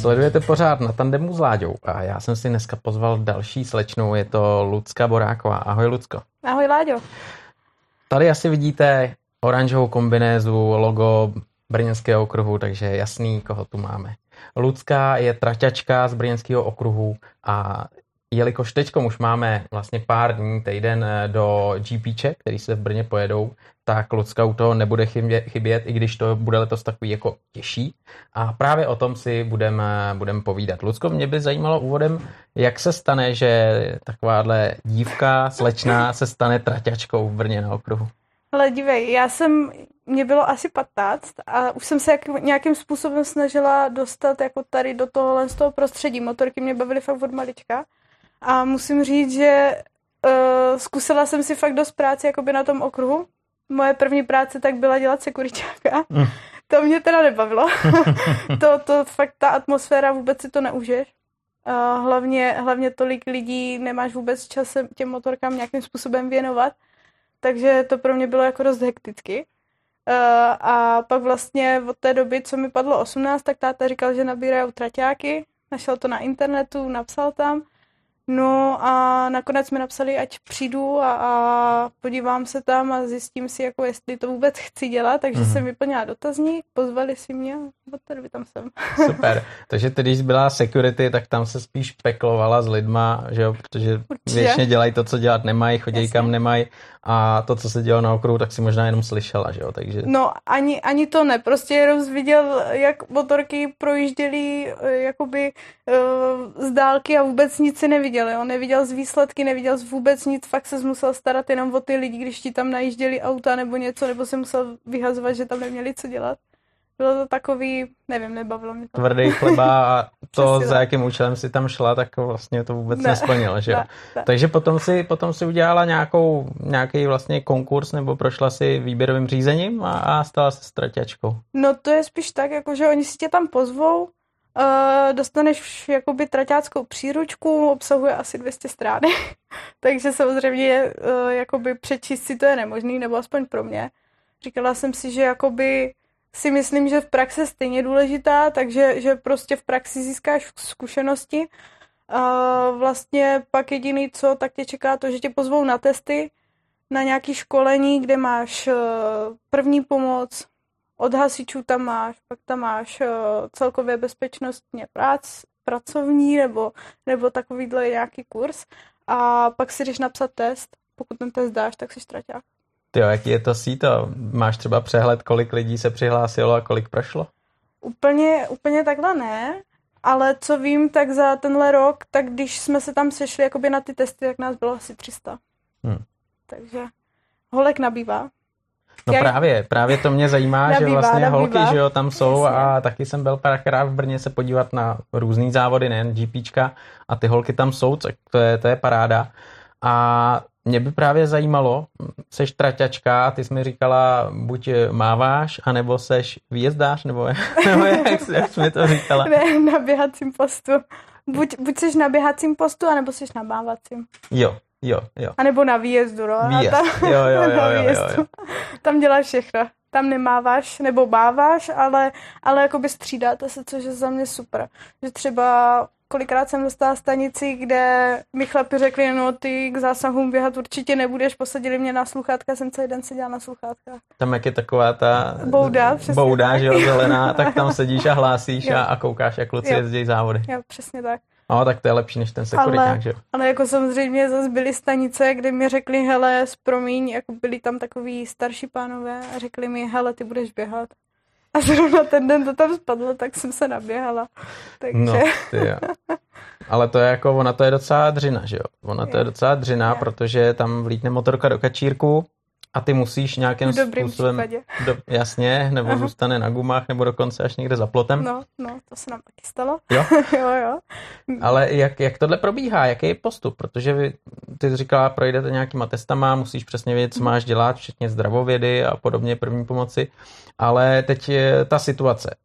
Sledujete pořád Na tandemu s Láďou a já jsem si dneska pozval další slečnu, je to Lucka Boráková. Ahoj, Lucko. Ahoj, Láďo. Tady asi vidíte oranžovou kombinézu, logo Brněnského okruhu, takže jasný, koho tu máme. Lucka je traťačka z Brněnského okruhu a jelikož teďkom už máme vlastně pár dní, týden do GPček, který se v Brně pojedou, tak Lucka u toho nebude chybět, i když to bude letos takový jako těžší. A právě o tom si budem povídat. Lucko, mě by zajímalo úvodem, jak se stane, že takováhle dívka, slečna se stane traťačkou v Brně na okruhu. Ale dívej, mě bylo asi 15 a už jsem se nějakým způsobem snažila dostat jako tady do tohohle z toho prostředí. Motorky mě bavily fakt od malička. A musím říct, že zkusila jsem si fakt dost práce jakoby na tom okruhu. Moje první práce tak byla dělat sekuriťáka. To mě teda nebavilo. to fakt ta atmosféra, vůbec si to neužiješ. Hlavně tolik lidí, nemáš vůbec čas se těm motorkám nějakým způsobem věnovat. Takže to pro mě bylo jako dost hekticky. A pak vlastně od té doby, co mi padlo 18, tak táta říkal, že nabírají traťáky. Našel to na internetu, napsal tam. No a nakonec mi napsali, ať přijdu a podívám se tam a zjistím si, jako jestli to vůbec chci dělat, takže jsem vyplnila dotazník, pozvali si mě a od té doby tam jsem. Super, takže ty, když byla security, tak tam se spíš peklovala s lidma, že jo, protože většině dělají to, co dělat nemají, chodí kam nemají a to, co se dělo na okruhu, tak si možná jenom slyšela, že jo, takže... No, ani to ne, prostě jenom viděl, jak motorky projížděly jakoby z dálky a vůbec nic si neviděl, jo, neviděl z výsledky, neviděl vůbec nic, fakt se musel starat jenom o ty lidi, když ti tam najížděli auta nebo něco, nebo se musel vyhazovat, že tam neměli co dělat. Bylo to takový, nevím, nebavilo mě to. Tvrdý chleba a to, za jakým účelem si tam šla, tak vlastně to vůbec nesplnilo, že jo? Ne. Takže potom si udělala nějaký vlastně konkurs nebo prošla si výběrovým řízením a stala se traťačkou. No to je spíš tak, jako že oni si tě tam pozvou, dostaneš jakoby traťáckou příručku, obsahuje asi 200 stránek, takže samozřejmě jakoby přečíst si to je nemožný, nebo aspoň pro mě. Říkala jsem si, že jakoby si myslím, že v praxi je stejně důležitá, takže že prostě v praxi získáš zkušenosti. Vlastně pak jediný co, tak tě čeká to, že tě pozvou na testy, na nějaké školení, kde máš první pomoc, od hasičů tam máš, pak tam máš celkově bezpečnostně pracovní nebo takovýhle nějaký kurz a pak si jdeš napsat test. Pokud ten test dáš, tak jsi traťák. Tyjo, jaký je to síto? Máš třeba přehled, kolik lidí se přihlásilo a kolik prošlo? Úplně takhle ne, ale co vím, tak za tenhle rok, tak když jsme se tam sešli jakoby na ty testy, tak nás bylo asi 300. Takže holek nabývá. No právě to mě zajímá, že vlastně holky, že jo, tam jsou a taky jsem byl párkrát v Brně se podívat na různý závody, nejen GPčka a ty holky tam jsou, to je paráda. A mě by právě zajímalo, seš traťačka a ty jsi mi říkala, buď máváš, anebo seš výjezdář, nebo jak jsi mi to říkala? Ne, na běhacím postu. Buď seš na běhacím postu, anebo seš na mávacím. Jo. A nebo na výjezdu, no. Výjezd, jo. Tam děláš všechno. Tam nemáváš, nebo máváš, ale jakoby střídáte se, což je za mě super. Že třeba kolikrát jsem dostala stanici, kde mi chlapi řekli, no ty k zásahům běhat určitě nebudeš, posadili mě na sluchátka, jsem celý den seděla na sluchátkách. Tam jak je taková ta bouda, že jo, zelená, tak tam sedíš a hlásíš a koukáš, jak kluci jezdí závody. Jo, přesně tak. No, tak to je lepší než ten sekuriták, že jo? Ale jako samozřejmě zase byly stanice, kde mi řekli, hele, promiň, jako byli tam takový starší pánové a řekli mi, hele, ty budeš běhat. A zrovna ten den to tam spadlo, tak jsem se naběhala. Takže... No, ty jo. Ale to je jako, ona to je docela dřina, že jo? To je docela dřina, protože tam vlítne motorka do kačírku a ty musíš nějakým způsobem... Jasně, nebo zůstane na gumách, nebo dokonce až někde za plotem. No, to se nám taky stalo. Jo? jo. Ale jak tohle probíhá? Jaký je postup? Protože ty jsi říkala, projdete nějakýma testama, musíš přesně vědět, co máš dělat, včetně zdravovědy a podobně, první pomoci. Ale teď je ta situace.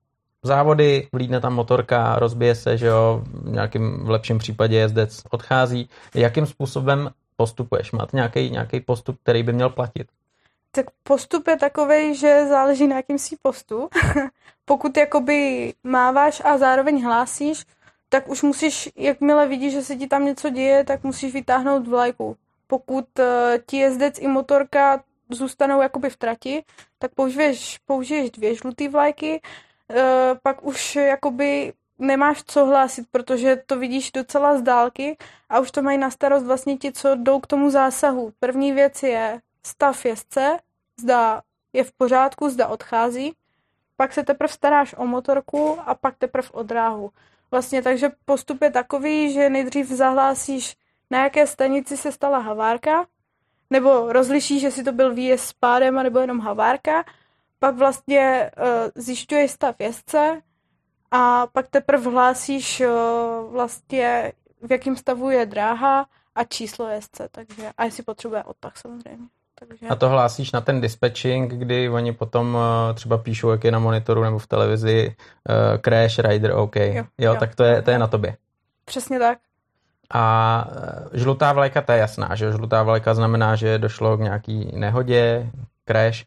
Závody, vlídne tam motorka, rozbije se, že jo, v lepším případě jezdec odchází. Jakým způsobem postupuješ? Máte nějaký postup, který by měl platit? Tak postup je takovej, že záleží na jakým si postu. Pokud jakoby máváš a zároveň hlásíš, tak už musíš, jakmile vidíš, že se ti tam něco děje, tak musíš vytáhnout vlajku. Pokud ti jezdec i motorka zůstanou jakoby v trati, tak použiješ 2 žlutý vlajky, pak už jakoby nemáš co hlásit, protože to vidíš docela z dálky a už to mají na starost vlastně ti, co jdou k tomu zásahu. První věc je stav jezdce, zda je v pořádku, zda odchází, pak se teprve staráš o motorku a pak teprve o dráhu. Vlastně takže postup je takový, že nejdřív zahlásíš, na jaké stanici se stala havárka, nebo rozlišíš, jestli to byl výjezd s pádem, nebo jenom havárka, pak vlastně zjišťuješ stav jezdce a pak teprve hlásíš vlastně, v jakém stavu je dráha a číslo jezdce, takže a jestli potřebuje odtah samozřejmě. Takže... A to hlásíš na ten dispatching, kdy oni potom třeba píšou, jak je na monitoru nebo v televizi crash, rider, OK. Jo, tak to je na tobě. Přesně tak. A žlutá vlajka, to je jasná, že žlutá vlajka znamená, že došlo k nějaký nehodě, crash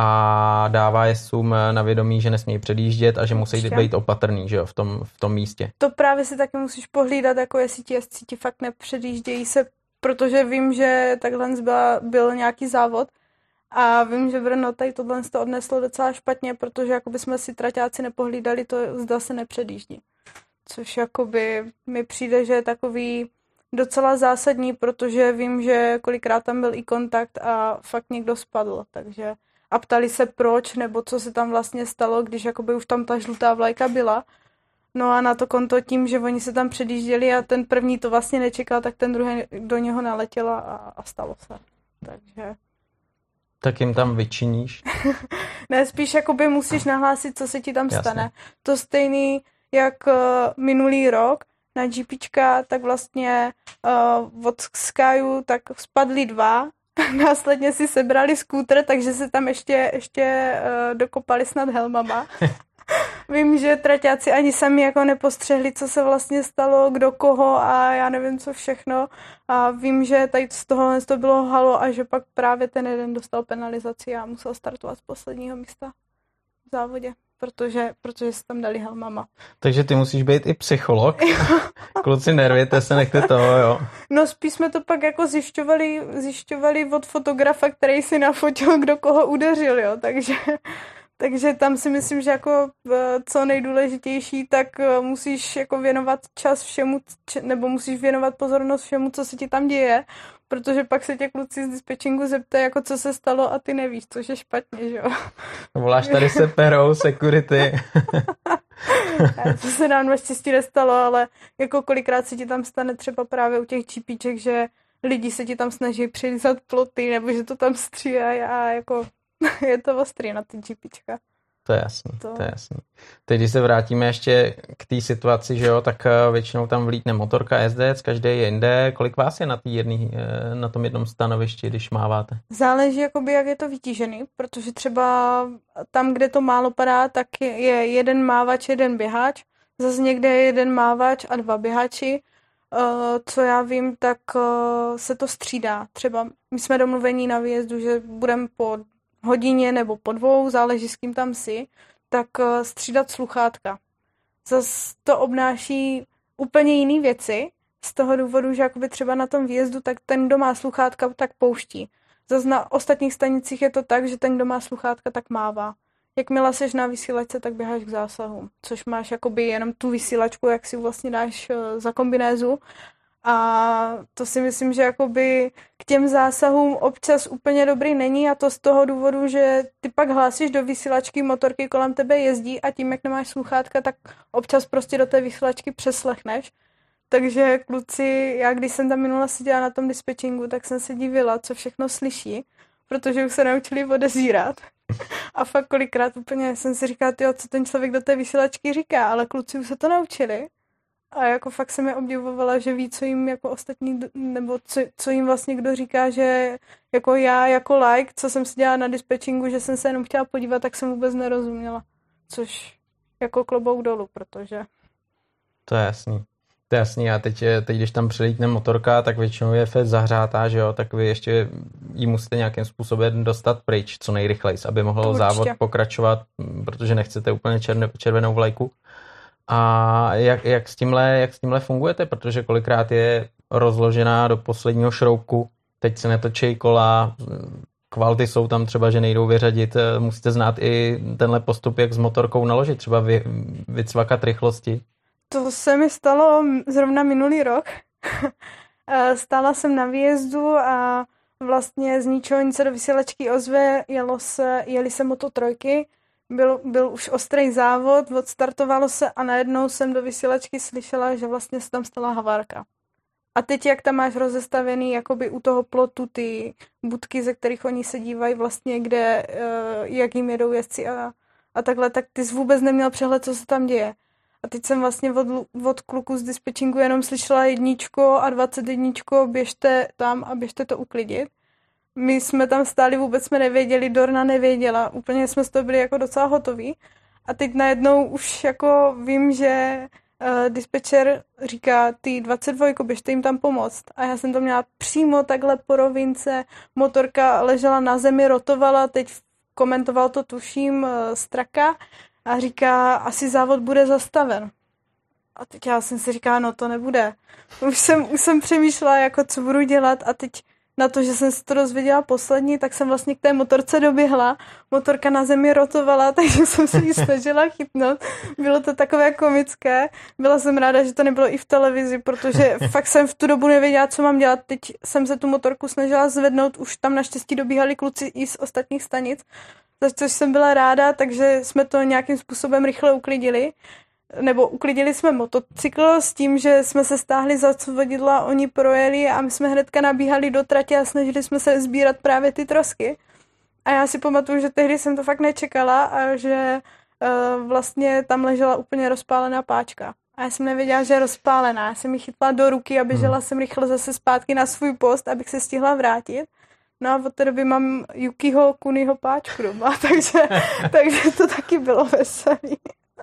a dává jezdcům na vědomí, že nesmějí předjíždět a že musí být opatrný, že jo, v tom místě. To právě si taky musíš pohlídat, jako jestli ti jezdci ti fakt nepředjíždějí se, protože vím, že takhle byl nějaký závod a vím, že Brno tady tohle to odneslo docela špatně, protože jakoby jsme si traťáci nepohlídali, to zda se nepředjíždí. Což jakoby mi přijde, že je takový docela zásadní, protože vím, že kolikrát tam byl i kontakt a fakt někdo spadl, takže a ptali se proč, nebo co se tam vlastně stalo, když jakoby už tam ta žlutá vlajka byla. No a na to konto tím, že oni se tam předjížděli a ten první to vlastně nečekal, tak ten druhý do něho naletěl a stalo se. Takže... Tak jim tam vyčiníš? Ne, spíš jakoby musíš nahlásit, co se ti tam stane. To stejný jak minulý rok na GPčka, tak vlastně od Skyu tak spadli 2, následně si sebrali skútr, takže se tam ještě dokopali snad helmama. Vím, že traťáci ani sami jako nepostřehli, co se vlastně stalo, kdo koho a já nevím co všechno. A vím, že tady z toho to bylo halo a že pak právě ten jeden dostal penalizaci a musel startovat z posledního místa v závodě, protože se tam dali helmama. Takže ty musíš být i psycholog. Kluci, nervěte se, nechte toho, jo. No spíš jsme to pak jako zjišťovali od fotografa, který si nafotil, kdo koho udeřil, jo, takže tam si myslím, že jako co nejdůležitější, tak musíš jako věnovat čas všemu, nebo musíš věnovat pozornost všemu, co se ti tam děje, protože pak se tě kluci z dispatchingu zeptají, jako co se stalo a ty nevíš, což je špatně, že jo. Voláš tady se perou, security. To se nám naštěstí nestalo, ale jako kolikrát se ti tam stane třeba právě u těch GPček, že lidi se ti tam snaží přilízat ploty, nebo že to tam stříhají a jako... Je to ostrý na ty GPčka. To je jasný. Teď, když se vrátíme ještě k té situaci, že jo, tak většinou tam vlítne motorka, jezdec, každý je jinde. Kolik vás je na tom jednom stanovišti, když máváte? Záleží, jakoby, jak je to vytížený, protože třeba tam, kde to málo padá, tak je jeden mávač, jeden běhač. Zase někde je jeden mávač a 2 běhači. Co já vím, tak se to střídá. Třeba my jsme domluvení na výjezdu, že budeme po hodině nebo po 2, záleží s kým tam si, tak střídat sluchátka. Zas to obnáší úplně jiné věci, z toho důvodu, že jakoby třeba na tom výjezdu, tak ten, kdo má sluchátka, tak pouští. Zas na ostatních stanicích je to tak, že ten, kdo má sluchátka, tak mává. Jakmile seš na vysílačce, tak běháš k zásahu, což máš jakoby jenom tu vysílačku, jak si vlastně dáš za kombinézu. A to si myslím, že jakoby k těm zásahům občas úplně dobrý není a to z toho důvodu, že ty pak hlásíš do vysílačky, motorky kolem tebe jezdí a tím, jak nemáš sluchátka, tak občas prostě do té vysílačky přeslechneš. Takže kluci, já když jsem tam minule seděla na tom dispatchingu, tak jsem se divila, co všechno slyší, protože už se naučili odezírat. A fakt kolikrát úplně jsem si říkala, tyjo, co ten člověk do té vysílačky říká, ale kluci už se to naučili. A jako fakt jsem je obdivovala, že ví, co jim jako ostatní, nebo co jim vlastně kdo říká, že jako já, jako like, co jsem si dělala na dispatchingu, že jsem se jenom chtěla podívat, tak jsem vůbec nerozuměla. Což jako klobouk dolů, protože... To je jasný. To je jasný, a teď, když tam přilítne motorka, tak většinou je fest zahřátá, že jo, tak vy ještě ji musíte nějakým způsobem dostat pryč, co nejrychleji, aby mohl závod pokračovat, protože nechcete úplně červenou vlajku. A jak s tímhle fungujete, protože kolikrát je rozložená do posledního šroubku, teď se netočí kola, kvality jsou tam třeba, že nejdou vyřadit, musíte znát i tenhle postup, jak s motorkou naložit, třeba vycvakat rychlosti. To se mi stalo zrovna minulý rok. Stála jsem na výjezdu a vlastně z ničeho nic se do vysílačky ozve, jeli se Moto3, byl už ostrý závod, odstartovalo se a najednou jsem do vysílačky slyšela, že vlastně se tam stala havárka. A teď, jak tam máš rozestavený jakoby u toho plotu ty budky, ze kterých oni se dívají vlastně, kde, jak jim jedou jezdci a takhle, tak ty jsi vůbec neměl přehled, co se tam děje. A teď jsem vlastně od kluku z dispečingu jenom slyšela 1 a 21, běžte tam a běžte to uklidit. My jsme tam stáli, vůbec jsme nevěděli, Dorna nevěděla, úplně jsme z toho byli jako docela hotoví. A teď najednou už jako vím, že dispečer říká, ty 22, běžte jim tam pomoct. A já jsem to měla přímo takhle po rovince, motorka ležela na zemi, rotovala, teď komentoval to tuším Straka a říká, asi závod bude zastaven. A teď já jsem si říkala, no to nebude. Už jsem přemýšlela, jako co budu dělat a teď na to, že jsem si to dozvěděla poslední, tak jsem vlastně k té motorce doběhla. Motorka na zemi rotovala, takže jsem se ji snažila chytnout. Bylo to takové komické. Byla jsem ráda, že to nebylo i v televizi, protože fakt jsem v tu dobu nevěděla, co mám dělat. Teď jsem se tu motorku snažila zvednout, už tam naštěstí dobíhali kluci i z ostatních stanic, za což jsem byla ráda, takže jsme to nějakým způsobem rychle uklidili. Nebo uklidili jsme motocykl s tím, že jsme se stáhli za vodidla, oni projeli a my jsme hnedka nabíhali do tratě a snažili jsme se sbírat právě ty trosky. A já si pamatuju, že tehdy jsem to fakt nečekala a že vlastně tam ležela úplně rozpálená páčka. A já jsem nevěděla, že je rozpálená. Já jsem ji chytla do ruky a běžela jsem rychle zase zpátky na svůj post, abych se stihla vrátit. No a od té doby mám Yukiho Kuniho páčku doma, takže to taky bylo veselý.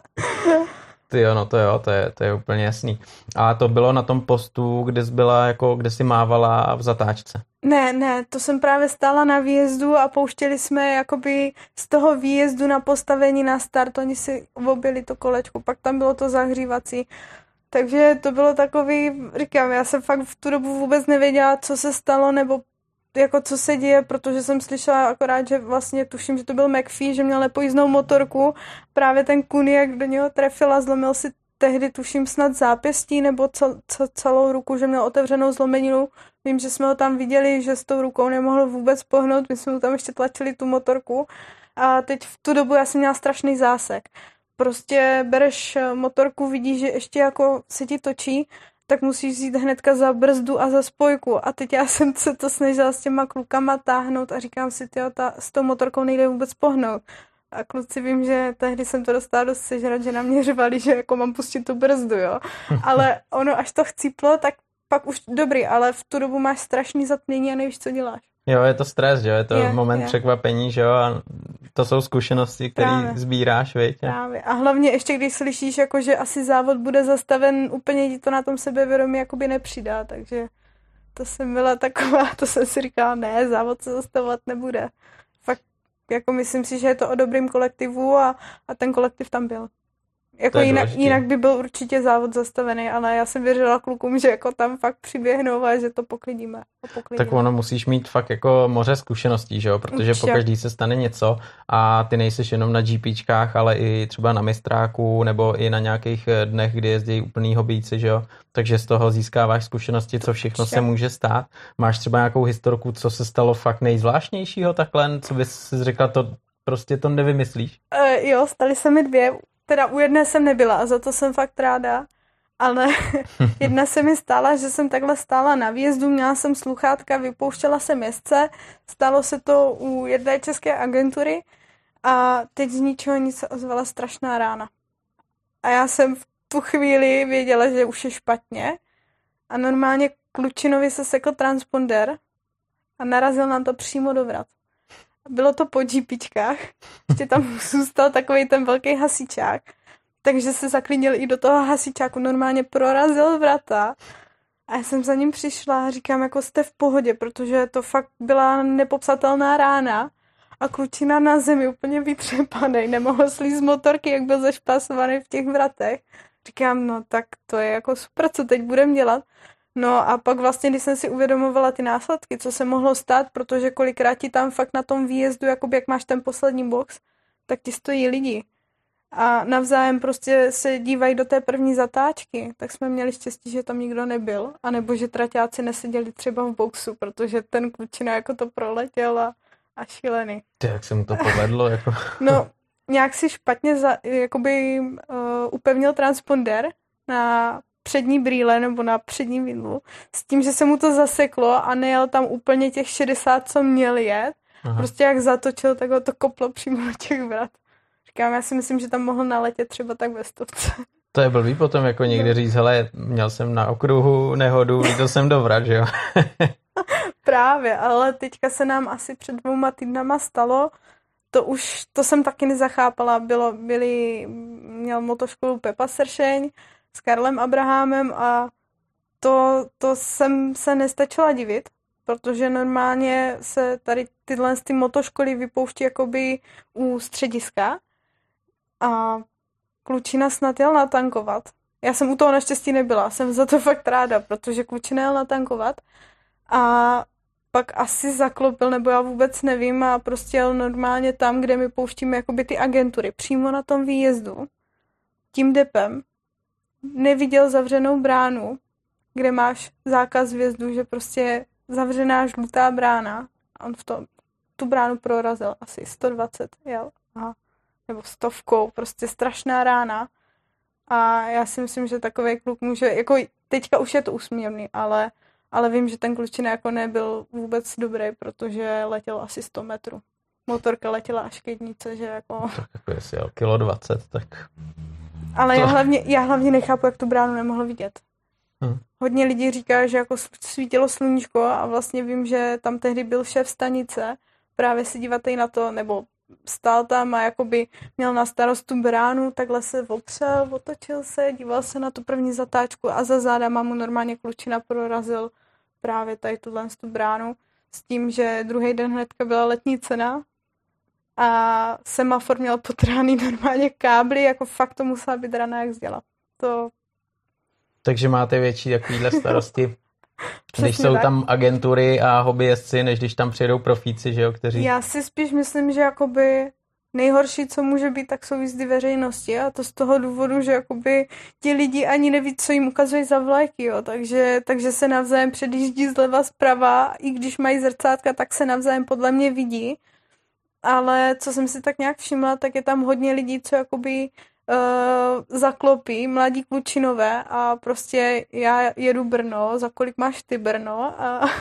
To je úplně jasný. A to bylo na tom postu, kde jsi byla, jako, kde jsi mávala v zatáčce? Ne, to jsem právě stála na výjezdu a pouštěli jsme jakoby z toho výjezdu na postavení na start, oni si objeli to kolečko, pak tam bylo to zahřívací. Takže to bylo takový, říkám, já jsem fakt v tu dobu vůbec nevěděla, co se stalo, nebo jako co se děje, protože jsem slyšela akorát, že vlastně tuším, že to byl McPhee, že měl nepojízdnou motorku, právě ten Kuni, jak do něho trefila, zlomil si tehdy tuším snad zápěstí nebo celou ruku, že měl otevřenou zlomeninu. Vím, že jsme ho tam viděli, že s tou rukou nemohl vůbec pohnout, my jsme mu tam ještě tlačili tu motorku a teď v tu dobu já jsem měla strašný zásek. Prostě bereš motorku, vidíš, že ještě jako se ti točí, tak musíš jít hnedka za brzdu a za spojku. A teď já jsem se to snažila s těma klukama táhnout a říkám si, s tou motorkou nejde vůbec pohnout. A kluci vím, že tehdy jsem to dostala dost sežrat, že na mě řvali, že jako mám pustit tu brzdu, jo. Ale ono, až to chcíplo, tak pak už dobrý, ale v tu dobu máš strašný zatmění a nevíš, co děláš. Jo, je to stres, jo, je to moment překvapení, že jo, a to jsou zkušenosti, které sbíráš, viď? Právě. A hlavně ještě, když slyšíš, jako, že asi závod bude zastaven, úplně ti to na tom sebevědomí jakoby nepřidá, takže to jsem byla taková, to jsem si říkala, ne, závod se zastavovat nebude. Fakt, jako myslím si, že je to o dobrým kolektivu a ten kolektiv tam byl. Jako jinak by byl určitě závod zastavený, ale já jsem věřila klukům, že jako tam fakt přiběhnou a že to poklidíme. Tak ono musíš mít fakt jako moře zkušeností, že jo? Protože pokaždý se stane něco a ty nejseš jenom na GPčkách, ale i třeba na mistráku nebo i na nějakých dnech, kdy jezdí úplný hobíci, že jo? Takže z toho získáváš zkušenosti, co všechno se může stát. Máš třeba nějakou historku, co se stalo fakt nejzvláštnějšího takhle, co bys si řekla, to prostě to nevymyslíš? Jo, staly se mi 2. Teda u jedné jsem nebyla a za to jsem fakt ráda, ale jedna se mi stala, že jsem takhle stála na výjezdu, měla jsem sluchátka, vypouštěla jsem jezdce, stalo se to u jedné české agentury a teď z ničeho nic se ozvala strašná rána. A já jsem v tu chvíli věděla, že už je špatně a normálně klučinovi se sekl transponder a narazil nám to přímo do vrat. Bylo to po GPčkách, ještě tam zůstal takovej ten velký hasičák takže se zaklínil i do toho hasičáku, normálně prorazil vrata a já jsem za ním přišla a říkám, jako jste v pohodě, protože to fakt byla nepopsatelná rána a klučina na zemi úplně vytřepaný, nemohl slízt z motorky, jak byl zašpásovaný v těch vratech. Říkám, no tak to je jako super, co teď budem dělat. No a pak vlastně, když jsem si uvědomovala ty následky, co se mohlo stát, protože kolikrát ti tam fakt na tom výjezdu, jakoby jak máš ten poslední box, tak ti stojí lidi. A navzájem prostě se dívají do té první zatáčky, tak jsme měli štěstí, že tam nikdo nebyl, anebo že traťáci neseděli třeba v boxu, protože ten klučina jako to proletěl a šílený. Jak se mu to povedlo? Jako... No, nějak si špatně upevnil transponder na přední brýle nebo na přední vidlu, s tím, že se mu to zaseklo a nejel tam úplně těch 60, co měl jet. Aha. Prostě jak zatočil, tak ho to koplo přímo do těch vrat. Říkám, já si myslím, že tam mohl naletět třeba tak ve 100. To je blbý potom jako někdy říct, hele, měl jsem na okruhu nehodu, lítil jsem do vrat, že jo? Právě, ale teďka se nám asi před 2 týdnama stalo, to jsem taky nezachápala, měl motoškolu Pepa Sršeň s Karlem Abrahamem a to jsem se nestačila divit, protože normálně se tady tyhle motoškoly vypouští jakoby u střediska a klučina snad jel natankovat. Já jsem u toho naštěstí nebyla, jsem za to fakt ráda, protože klučina jel natankovat a pak asi zaklopil, nebo já vůbec nevím a prostě jel normálně tam, kde my pouštíme jakoby ty agentury, přímo na tom výjezdu, tím depem. Neviděl zavřenou bránu, kde máš zákaz vjezdu, že prostě zavřená žlutá brána a on tu bránu prorazil asi 120, jel. Aha. Nebo 100, prostě strašná rána. A já si myslím, že takovej kluk může, jako teďka už je to úsměvný, ale vím, že ten klučina jako nebyl vůbec dobrý, protože letěl asi 100 metrů. Motorka letěla až k jednice, že jako... Tak jako jestli jel kilo 20, tak... Ale já hlavně nechápu, jak tu bránu nemohl vidět. Hodně lidí říká, že jako svítilo sluníčko a vlastně vím, že tam tehdy byl šéf stanice, právě se dívatej na to, nebo stál tam a jakoby měl na starost tu bránu, takhle se opřel, otočil se, díval se na tu první zatáčku a za zádama mu normálně klučina prorazil právě tady tu bránu s tím, že druhý den hnedka byla letní cena a semafor měl potrhaný normálně kábly, jako fakt to musela být rana jak zděla. Takže máte větší takovýhle starosti, když jsou tak. Tam agentury a hobbyjezdci, než když tam přijedou profíci, že jo, kteří... Já si spíš myslím, že jakoby nejhorší, co může být, tak jsou jízdy veřejnosti a to z toho důvodu, že jakoby ti lidi ani neví, co jim ukazují za vlajky, jo, takže se navzájem předjíždí zleva zprava, i když mají zrcátka, tak se navzájem podle mě vidí, ale co jsem si tak nějak všimla, tak je tam hodně lidí, co jakoby zaklopí, mladí klučinové a prostě já jedu Brno, za kolik máš ty Brno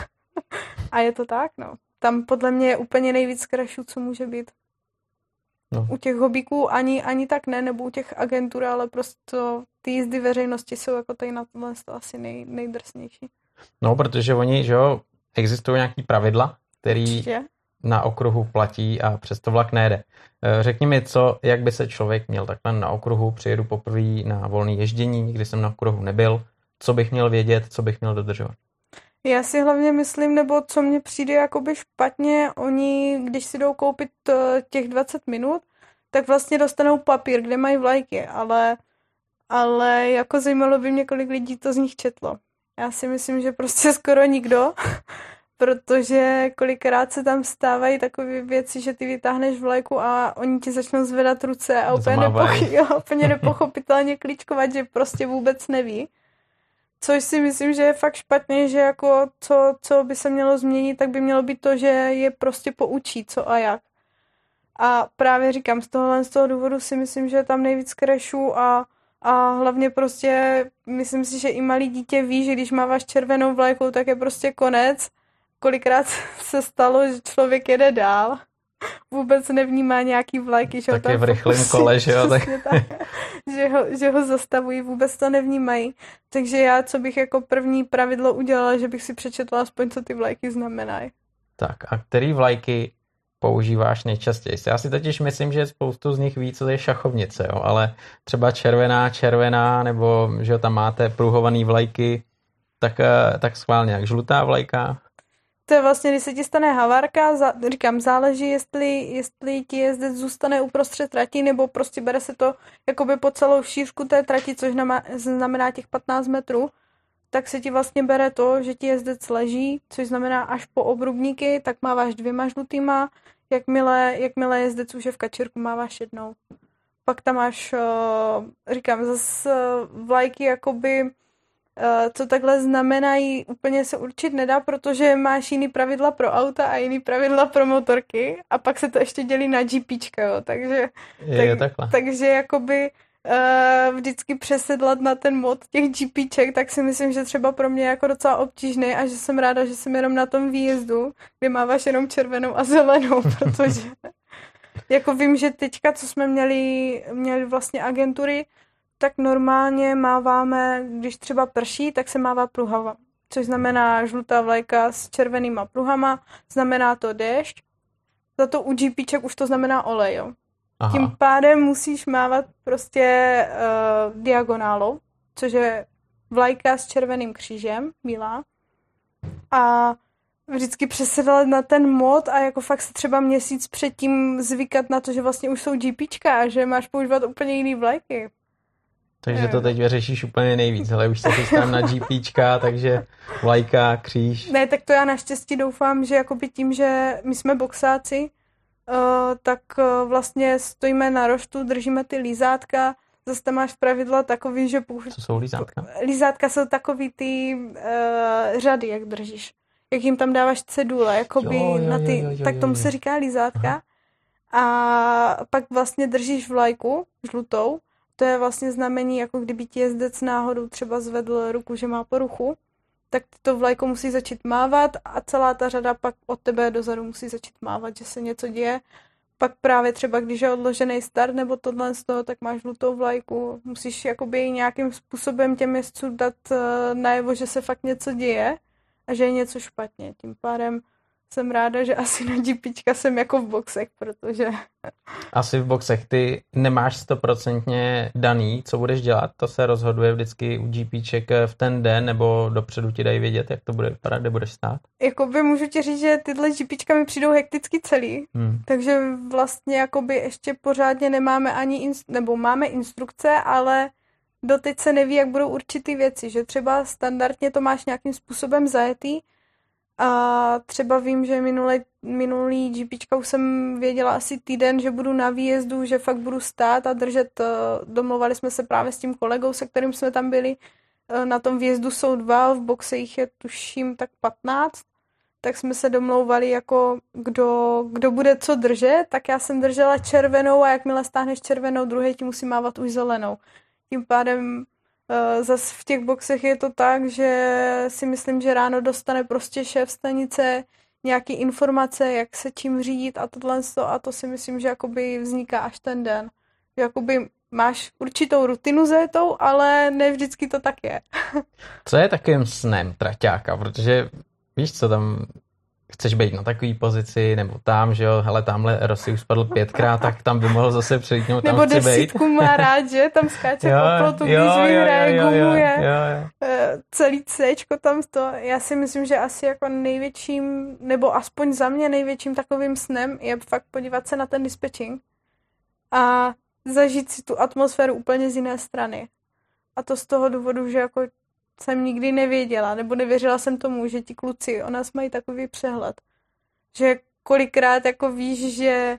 a je to tak, no. Tam podle mě je úplně nejvíc crashů, co může být. No. U těch hobíků ani tak ne, nebo u těch agentur, ale prostě ty jízdy veřejnosti jsou jako tady na tohle asi nejdrsnější. No, protože oni, že jo, existují nějaký pravidla, který určitě na okruhu platí a přesto vlak nejede. Řekni mi, jak by se člověk měl takhle na okruhu, přijedu poprvé na volné ježdění, nikdy jsem na okruhu nebyl, co bych měl vědět, co bych měl dodržovat? Já si hlavně myslím, nebo co mně přijde jakoby špatně, oni, když si jdou koupit těch 20 minut, tak vlastně dostanou papír, kde mají vlajky, ale jako zajímalo by mě, kolik lidí to z nich četlo. Já si myslím, že prostě skoro nikdo, protože kolikrát se tam stávají takové věci, že ty vytáhneš vlajku a oni ti začnou zvedat ruce a úplně nepochopitelně klíčkovat, že prostě vůbec neví. Což si myslím, že je fakt špatně, že jako co by se mělo změnit, tak by mělo být to, že je prostě poučí co a jak. A právě říkám, z toho důvodu si myslím, že je tam nejvíc crashů a hlavně prostě myslím si, že i malý dítě ví, že když máváš červenou vlajku, tak je prostě konec. Kolikrát se stalo, že člověk jede dál, vůbec nevnímá nějaký vlajky, že ho tam v rychlém kole, že jo? Tak. že ho zastavují, vůbec to nevnímají. Takže já, co bych jako první pravidlo udělala, že bych si přečetla aspoň, co ty vlajky znamenají. Tak a který vlajky používáš nejčastěji? Já si totiž myslím, že spoustu z nich ví, co je šachovnice, jo? Ale třeba červená, nebo že tam máte pruhovaný vlajky, tak schválně, jak žlutá vlajka. To je vlastně, když se ti stane havárka, říkám, záleží, jestli ti jezdec zůstane uprostřed trati, nebo prostě bere se to jakoby po celou šířku té trati, což znamená těch 15 metrů, tak se ti vlastně bere to, že ti jezdec leží, což znamená až po obrubníky, tak máváš 2 žlutýma, jakmile jezdec už je v kačírku, máváš 1. Pak tam máš, říkám, zase vlajky jakoby, co takhle znamenají, úplně se určit nedá, protože máš jiný pravidla pro auta a jiný pravidla pro motorky a pak se to ještě dělí na GPčka, jo, takže jakoby vždycky přesedlat na ten mod těch GPček, tak si myslím, že třeba pro mě je jako docela obtížný a že jsem ráda, že jsem jenom na tom výjezdu, kde máváš jenom červenou a zelenou, protože jako vím, že teďka, co jsme měli vlastně agentury, tak normálně máváme, když třeba prší, tak se mává pruhava, což znamená žlutá vlajka s červenýma pruhama, znamená to déšť, za to u GPček už to znamená olej, jo. Aha. Tím pádem musíš mávat prostě diagonálou, což je vlajka s červeným křížem, bílá, a vždycky přesedlat na ten mod a jako fakt se třeba měsíc předtím zvykat na to, že vlastně už jsou GPčka a že máš používat úplně jiný vlajky. Takže to teď řešíš úplně nejvíc, ale už se chystám na GPčka, takže vlajka, kříž. Ne, tak to já naštěstí doufám, že jakoby tím, že my jsme boxáci, tak vlastně stojíme na roštu, držíme ty lízátka, zase tam máš pravidla takový, že... Co jsou lízátka? Lízátka jsou takový ty řady, jak držíš. Jak jim tam dáváš cedule, jakoby na ty, tak tomu se říká lízátka. Aha. A pak vlastně držíš vlajku žlutou, to je vlastně znamení, jako kdyby ti jezdec náhodou třeba zvedl ruku, že má poruchu, tak to vlajko musí začít mávat a celá ta řada pak od tebe dozadu musí začít mávat, že se něco děje. Pak právě třeba, když je odložený start nebo tohle z toho, tak máš žlutou vlajku. Musíš jakoby nějakým způsobem těm jezdcům dát najevo, že se fakt něco děje a že je něco špatně. Tím pádem jsem ráda, že asi na GPčka jsem jako v boxech, protože... Asi v boxech. Ty nemáš 100% daný, co budeš dělat, to se rozhoduje vždycky u GPček v ten den, nebo dopředu ti dají vědět, jak to bude vypadat, kde budeš stát? Jakoby můžu ti říct, že tyhle GPčka mi přijdou hekticky celý, takže vlastně jakoby ještě pořádně nemáme ani, nebo máme instrukce, ale doteď se neví, jak budou určitý věci, že třeba standardně to máš nějakým způsobem zajetý, a třeba vím, že minulý GPčka už jsem věděla asi týden, že budu na výjezdu, že fakt budu stát a držet. Domluvali jsme se právě s tím kolegou, se kterým jsme tam byli. Na tom výjezdu jsou 2, v boxe jich je tuším tak 15. Tak jsme se domlouvali jako kdo bude co držet, tak já jsem držela červenou a jakmile stáhneš červenou, druhý ti musí mávat už zelenou. Tím pádem zase v těch boxech je to tak, že si myslím, že ráno dostane prostě šéf stanice nějaký informace, jak se čím řídit a tohle a to si myslím, že jakoby vzniká až ten den. Jakoby máš určitou rutinu zajetou, ale ne vždycky to tak je. Co je takovým snem traťáka? Protože víš co, tam chceš být na takové pozici, nebo tam, že jo, hele, tamhle Rossi už spadl 5krát, tak tam by mohl zase přijít, tam nebo chci být. Nebo 10 má rád, že? Tam skáče po plotu, když vyhraje, gumuje. Celý Cčko tam to. Já si myslím, že asi jako největším, nebo aspoň za mě největším takovým snem je fakt podívat se na ten dispatching a zažít si tu atmosféru úplně z jiné strany. A to z toho důvodu, že jako jsem nikdy nevěděla, nebo nevěřila jsem tomu, že ti kluci o nás mají takový přehled. Že kolikrát jako víš, že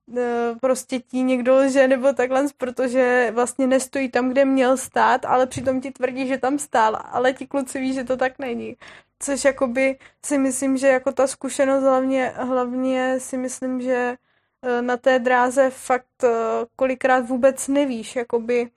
prostě ti někdo lže nebo takhle, protože vlastně nestojí tam, kde měl stát, ale přitom ti tvrdí, že tam stál, ale ti kluci ví, že to tak není. Což jakoby si myslím, že jako ta zkušenost hlavně si myslím, že na té dráze fakt kolikrát vůbec nevíš, jakoby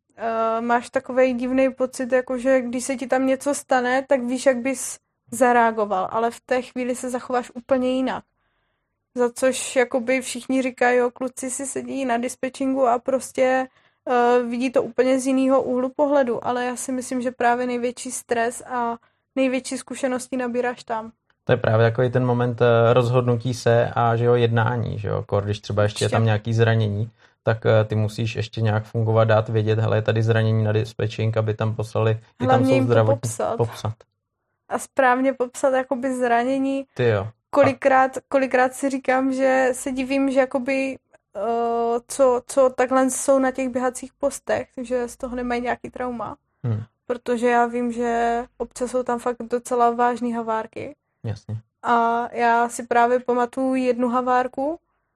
máš takovej divný pocit, jakože když se ti tam něco stane, tak víš, jak bys zareagoval, ale v té chvíli se zachováš úplně jinak. Za což jakoby všichni říkají, jo, kluci si sedí na dispatchingu a prostě vidí to úplně z jiného úhlu pohledu, ale já si myslím, že právě největší stres a největší zkušenosti nabíráš tam. To je právě jako i ten moment rozhodnutí se a že jo, jednání, že jo, když třeba ještě je tam nějaký zranění, tak ty musíš ještě nějak fungovat, dát vědět, hele, je tady zranění na dispečink, aby tam poslali, i tam jsou zdravotní popsat. A správně popsat jakoby zranění. Ty jo. Kolikrát si říkám, že se divím, že jakoby co takhle jsou na těch běhacích postech, že z toho nemají nějaký trauma. Protože já vím, že občas jsou tam fakt docela vážný havárky. Jasně. A já si právě pamatuju jednu havárku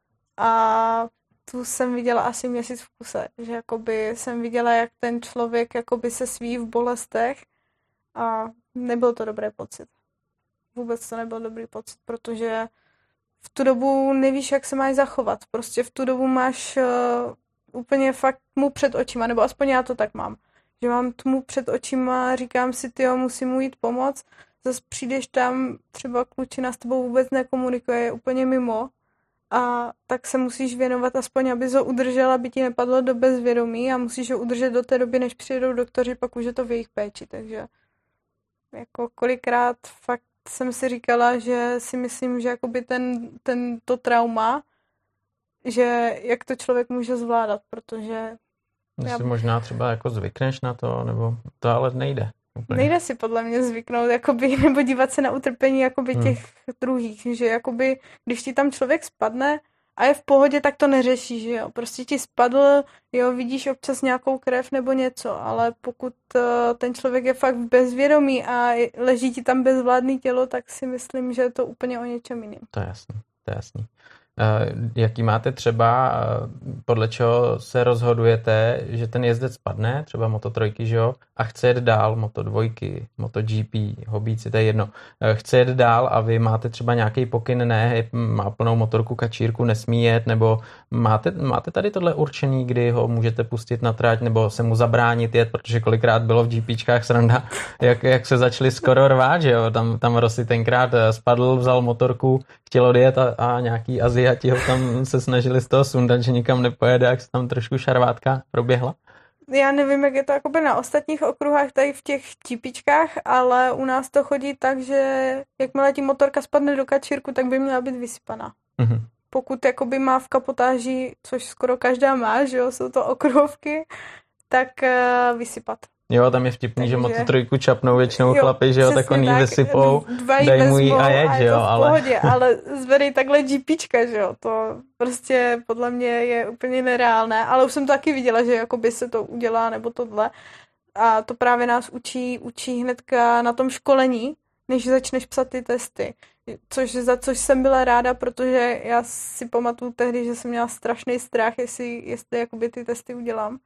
a tu jsem viděla asi měsíc v kuse, že jakoby jsem viděla, jak ten člověk jakoby se sví v bolestech a nebyl to dobrý pocit. Vůbec to nebyl dobrý pocit, protože v tu dobu nevíš, jak se máš zachovat. Prostě v tu dobu máš úplně fakt tmu před očima, nebo aspoň já to tak mám. Že mám tmu před očima a říkám si, tyjo, musím mu jít pomoct. Zase přijdeš tam, třeba klučina s tebou vůbec nekomunikuje, je úplně mimo. A tak se musíš věnovat aspoň, abys ho udržel, aby ti nepadlo do bezvědomí a musíš ho udržet do té doby, než přijedou doktoři, pak už je to v jejich péči. Takže jako kolikrát fakt jsem si říkala, že si myslím, že jakoby to trauma, že jak to člověk může zvládat, protože si možná třeba jako zvykneš na to, nebo to ale nejde. Úplně. Nejde si podle mě zvyknout, jakoby, nebo dívat se na utrpení jakoby těch druhých, že jakoby, když ti tam člověk spadne a je v pohodě, tak to neřešíš, že jo. Prostě ti spadl, jo, vidíš občas nějakou krev nebo něco, ale pokud ten člověk je fakt v bezvědomí a leží ti tam bezvládný tělo, tak si myslím, že je to úplně o něčem jiným. To je jasný. Jaký máte třeba, podle čeho se rozhodujete, že ten jezdec spadne, třeba Moto3, že jo, a chce jet dál, Moto2, MotoGP, hobíci, to je jedno, chce jet dál a vy máte třeba nějaký pokyn, ne, má plnou motorku, kačírku, nesmí jet, nebo máte tady tohle určení, kdy ho můžete pustit na trať, nebo se mu zabránit jet, protože kolikrát bylo v GPčkách sranda, jak se začali skoro rvát, že jo, tam Rossi tenkrát spadl, vzal motorku, chtěl odjet a nějaký Aziati ho tam se snažili z toho sundat, že nikam nepojede, jak se tam trošku šarvátka proběhla. Já nevím, jak je to jakoby na ostatních okruhách tady v těch GPčkách, ale u nás to chodí tak, že jakmile ti motorka spadne do kačírku, tak by měla být vysypaná. Mm-hmm. Pokud jakoby má v kapotáži, což skoro každá má, že jo, jsou to okruhovky, tak vysypat. Jo, tam je vtipný, že Moto3 čapnou většinou chlapi, že jo, tak oni vysypou, daj mu jí a jeď, že jo, ale... Pohodě, ale zvedej takhle GPčka, že jo, to prostě podle mě je úplně nereálné, ale už jsem to taky viděla, že jakoby se to udělá, nebo tohle, a to právě nás učí hnedka na tom školení, než začneš psat ty testy, za což jsem byla ráda, protože já si pamatuju tehdy, že jsem měla strašný strach, jestli jakoby ty testy udělám.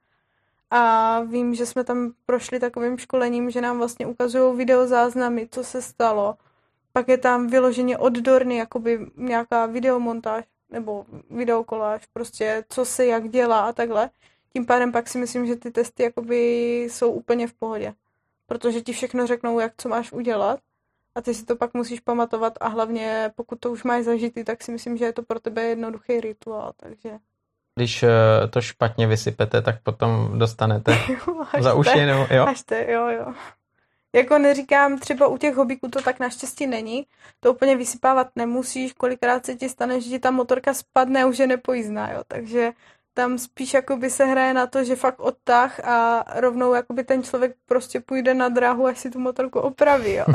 A vím, že jsme tam prošli takovým školením, že nám vlastně ukazují videozáznamy, co se stalo. Pak je tam vyloženě odborný, jakoby nějaká videomontáž nebo videokoláž, prostě co se jak dělá a takhle. Tím pádem pak si myslím, že ty testy jakoby jsou úplně v pohodě. Protože ti všechno řeknou, jak co máš udělat a ty si to pak musíš pamatovat a hlavně pokud to už máš zažitý, tak si myslím, že je to pro tebe jednoduchý rituál, takže... Když to špatně vysypete, tak potom dostanete za uši, nebo jo? Jo. Jako neříkám, třeba u těch hobíků to tak naštěstí není. To úplně vysypávat nemusíš, kolikrát se ti stane, že ti ta motorka spadne a už je nepojízdná, jo. Takže tam spíš jakoby se hraje na to, že fakt odtah a rovnou jakoby ten člověk prostě půjde na dráhu, až si tu motorku opraví, jo.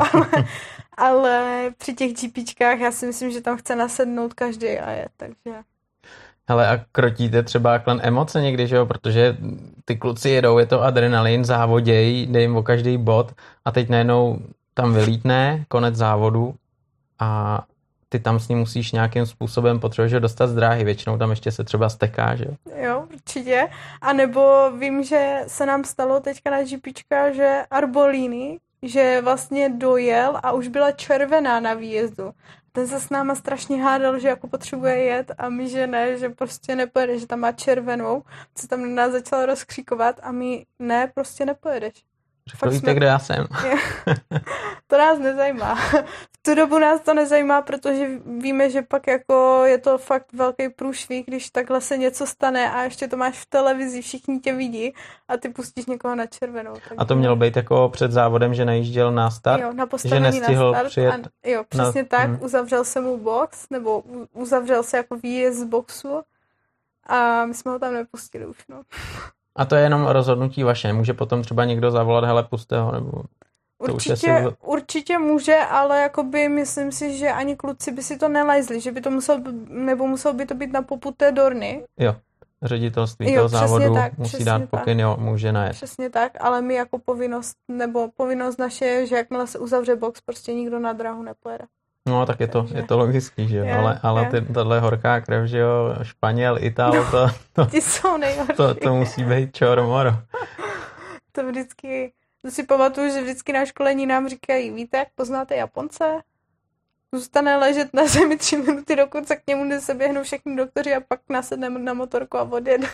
Ale při těch GPčkách já si myslím, že tam chce nasednout každý a je, takže... Hele, a krotíte třeba klen emoce někdy, že jo, protože ty kluci jedou, je to adrenalin, závodějí, dej jim o každý bod a teď najednou tam vylítne, konec závodu a ty tam s ním musíš nějakým způsobem potřebuješ ho dostat z dráhy, většinou tam ještě se třeba steká, že jo? Jo, určitě. A nebo vím, že se nám stalo teďka na GPčka, že Arbolini, že vlastně dojel a už byla červená na výjezdu. Ten se s náma strašně hádal, že jako potřebuje jet a my, že ne, že prostě nepojede, že tam má červenou, se tam na nás začal rozkřikovat a my ne, prostě nepojedeš. Řekl víte, kde já jsem. To nás nezajímá. V tu dobu nás to nezajímá, protože víme, že pak jako je to fakt velký průšvih, když takhle se něco stane a ještě to máš v televizi, všichni tě vidí a ty pustíš někoho na červenou. Tak a to mělo být jako před závodem, že najížděl na start? Jo, na že postavení nestihl na start. přijet? Jo, přesně tak. Uzavřel se mu box, nebo uzavřel se jako výjezd z boxu a my jsme ho tam nepustili už, no. A to je jenom rozhodnutí vaše, může potom třeba někdo zavolat, hele, puste ho, nebo... Určitě může, ale jakoby myslím si, že ani kluci by si to nelajzli, že by to muselo by to být na popud té Dorny. Jo, ředitelství toho závodu tak, musí dát pokyn, jo, může najet. Přesně tak, ale my jako povinnost naše je, že jakmile se uzavře box, prostě nikdo na dráhu nepojede. No, tak je to logický, že jo, ale tohle horká krev, že jo, Španěl, Ital, ti jsou nejhorší. To musí být čoromoro. To vždycky... To si pamatuju, že vždycky na školení nám říkají, víte, jak poznáte Japonce? Zůstane ležet na zemi 3 minuty, dokud se k němu neseběhnou všichni doktoři a pak nasedneme na motorku a odjede.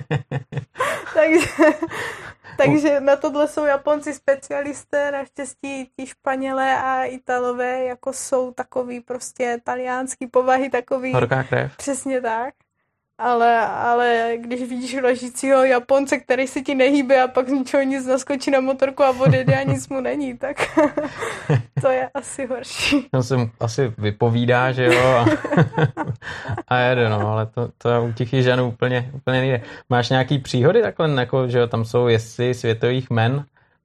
takže na tohle jsou Japonci specialisté, naštěstí ti Španělé a Italové jako jsou takový prostě taliánský povahy, takový... Horká krev. Přesně tak. Ale když vidíš ležícího Japonce, který se ti nehýbe a pak z ničeho nic naskočí na motorku a odjede a nic mu není, tak to je asi horší. To se asi vypovídá, že jo, a jede, no, ale to u těch Jižanů úplně nejde. Máš nějaký příhody takhle, jako, že jo, tam jsou jezdci světových men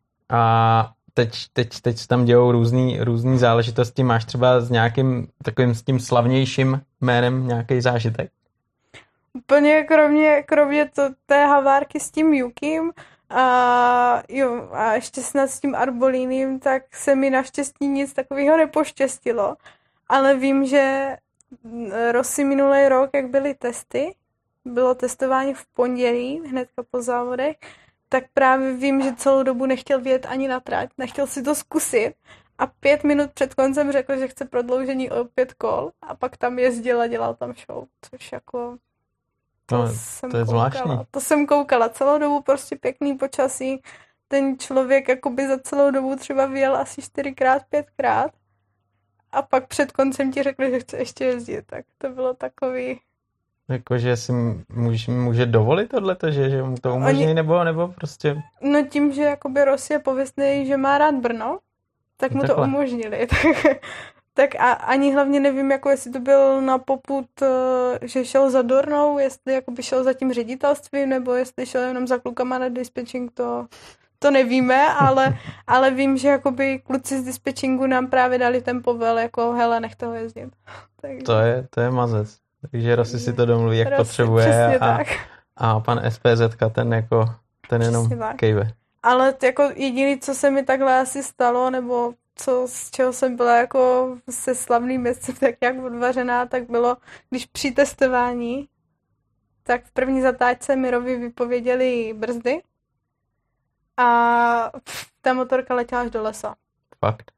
a teď tam dějou různý záležitosti. Máš třeba s nějakým takovým s tím slavnějším jménem nějaký zážitek? Úplně kromě té havárky s tím Yukim a ještě snad s tím Arbolínem, tak se mi naštěstí nic takového nepoštěstilo. Ale vím, že Rossi minulý rok, jak byly testy, bylo testování v pondělí, hnedka po závodech, tak právě vím, že celou dobu nechtěl vyjet ani na trať, nechtěl si to zkusit a 5 minut před koncem řekl, že chce prodloužení o 5 kol a pak tam jezdil a dělal tam show, což jako... To je zvláštní. To jsem koukala celou dobu, prostě pěkný počasí. Ten člověk jakoby za celou dobu třeba vyjel asi 4x, 5x a pak před koncem ti řekl, že chce ještě jezdit. Tak to bylo takový... Jakože si může dovolit tohleto, že mu to umožní, nebo prostě... No tím, že jakoby Rossi je pověstný, že má rád Brno, tak mu to umožnili. Tak a ani hlavně nevím, jako jestli to byl na popud, že šel za Dornou, jestli jakoby šel za tím ředitelstvím, nebo jestli šel jenom za klukama na dispatching, to nevíme, ale vím, že jakoby kluci z dispatchingu nám právě dali ten povel, jako hele, nechte ho jezdit. Takže... To je mazec. Takže Rossi si to domluví, jak potřebuje a pan SPZka ten jenom kejve. Ale jako jediný, co se mi takhle asi stalo, nebo z čeho jsem byla jako se slavným jezdcem tak jak odvařená, tak bylo, když při testování, tak v první zatáčce Mirovi vypověděli brzdy a ta motorka letěla až do lesa. Fakt.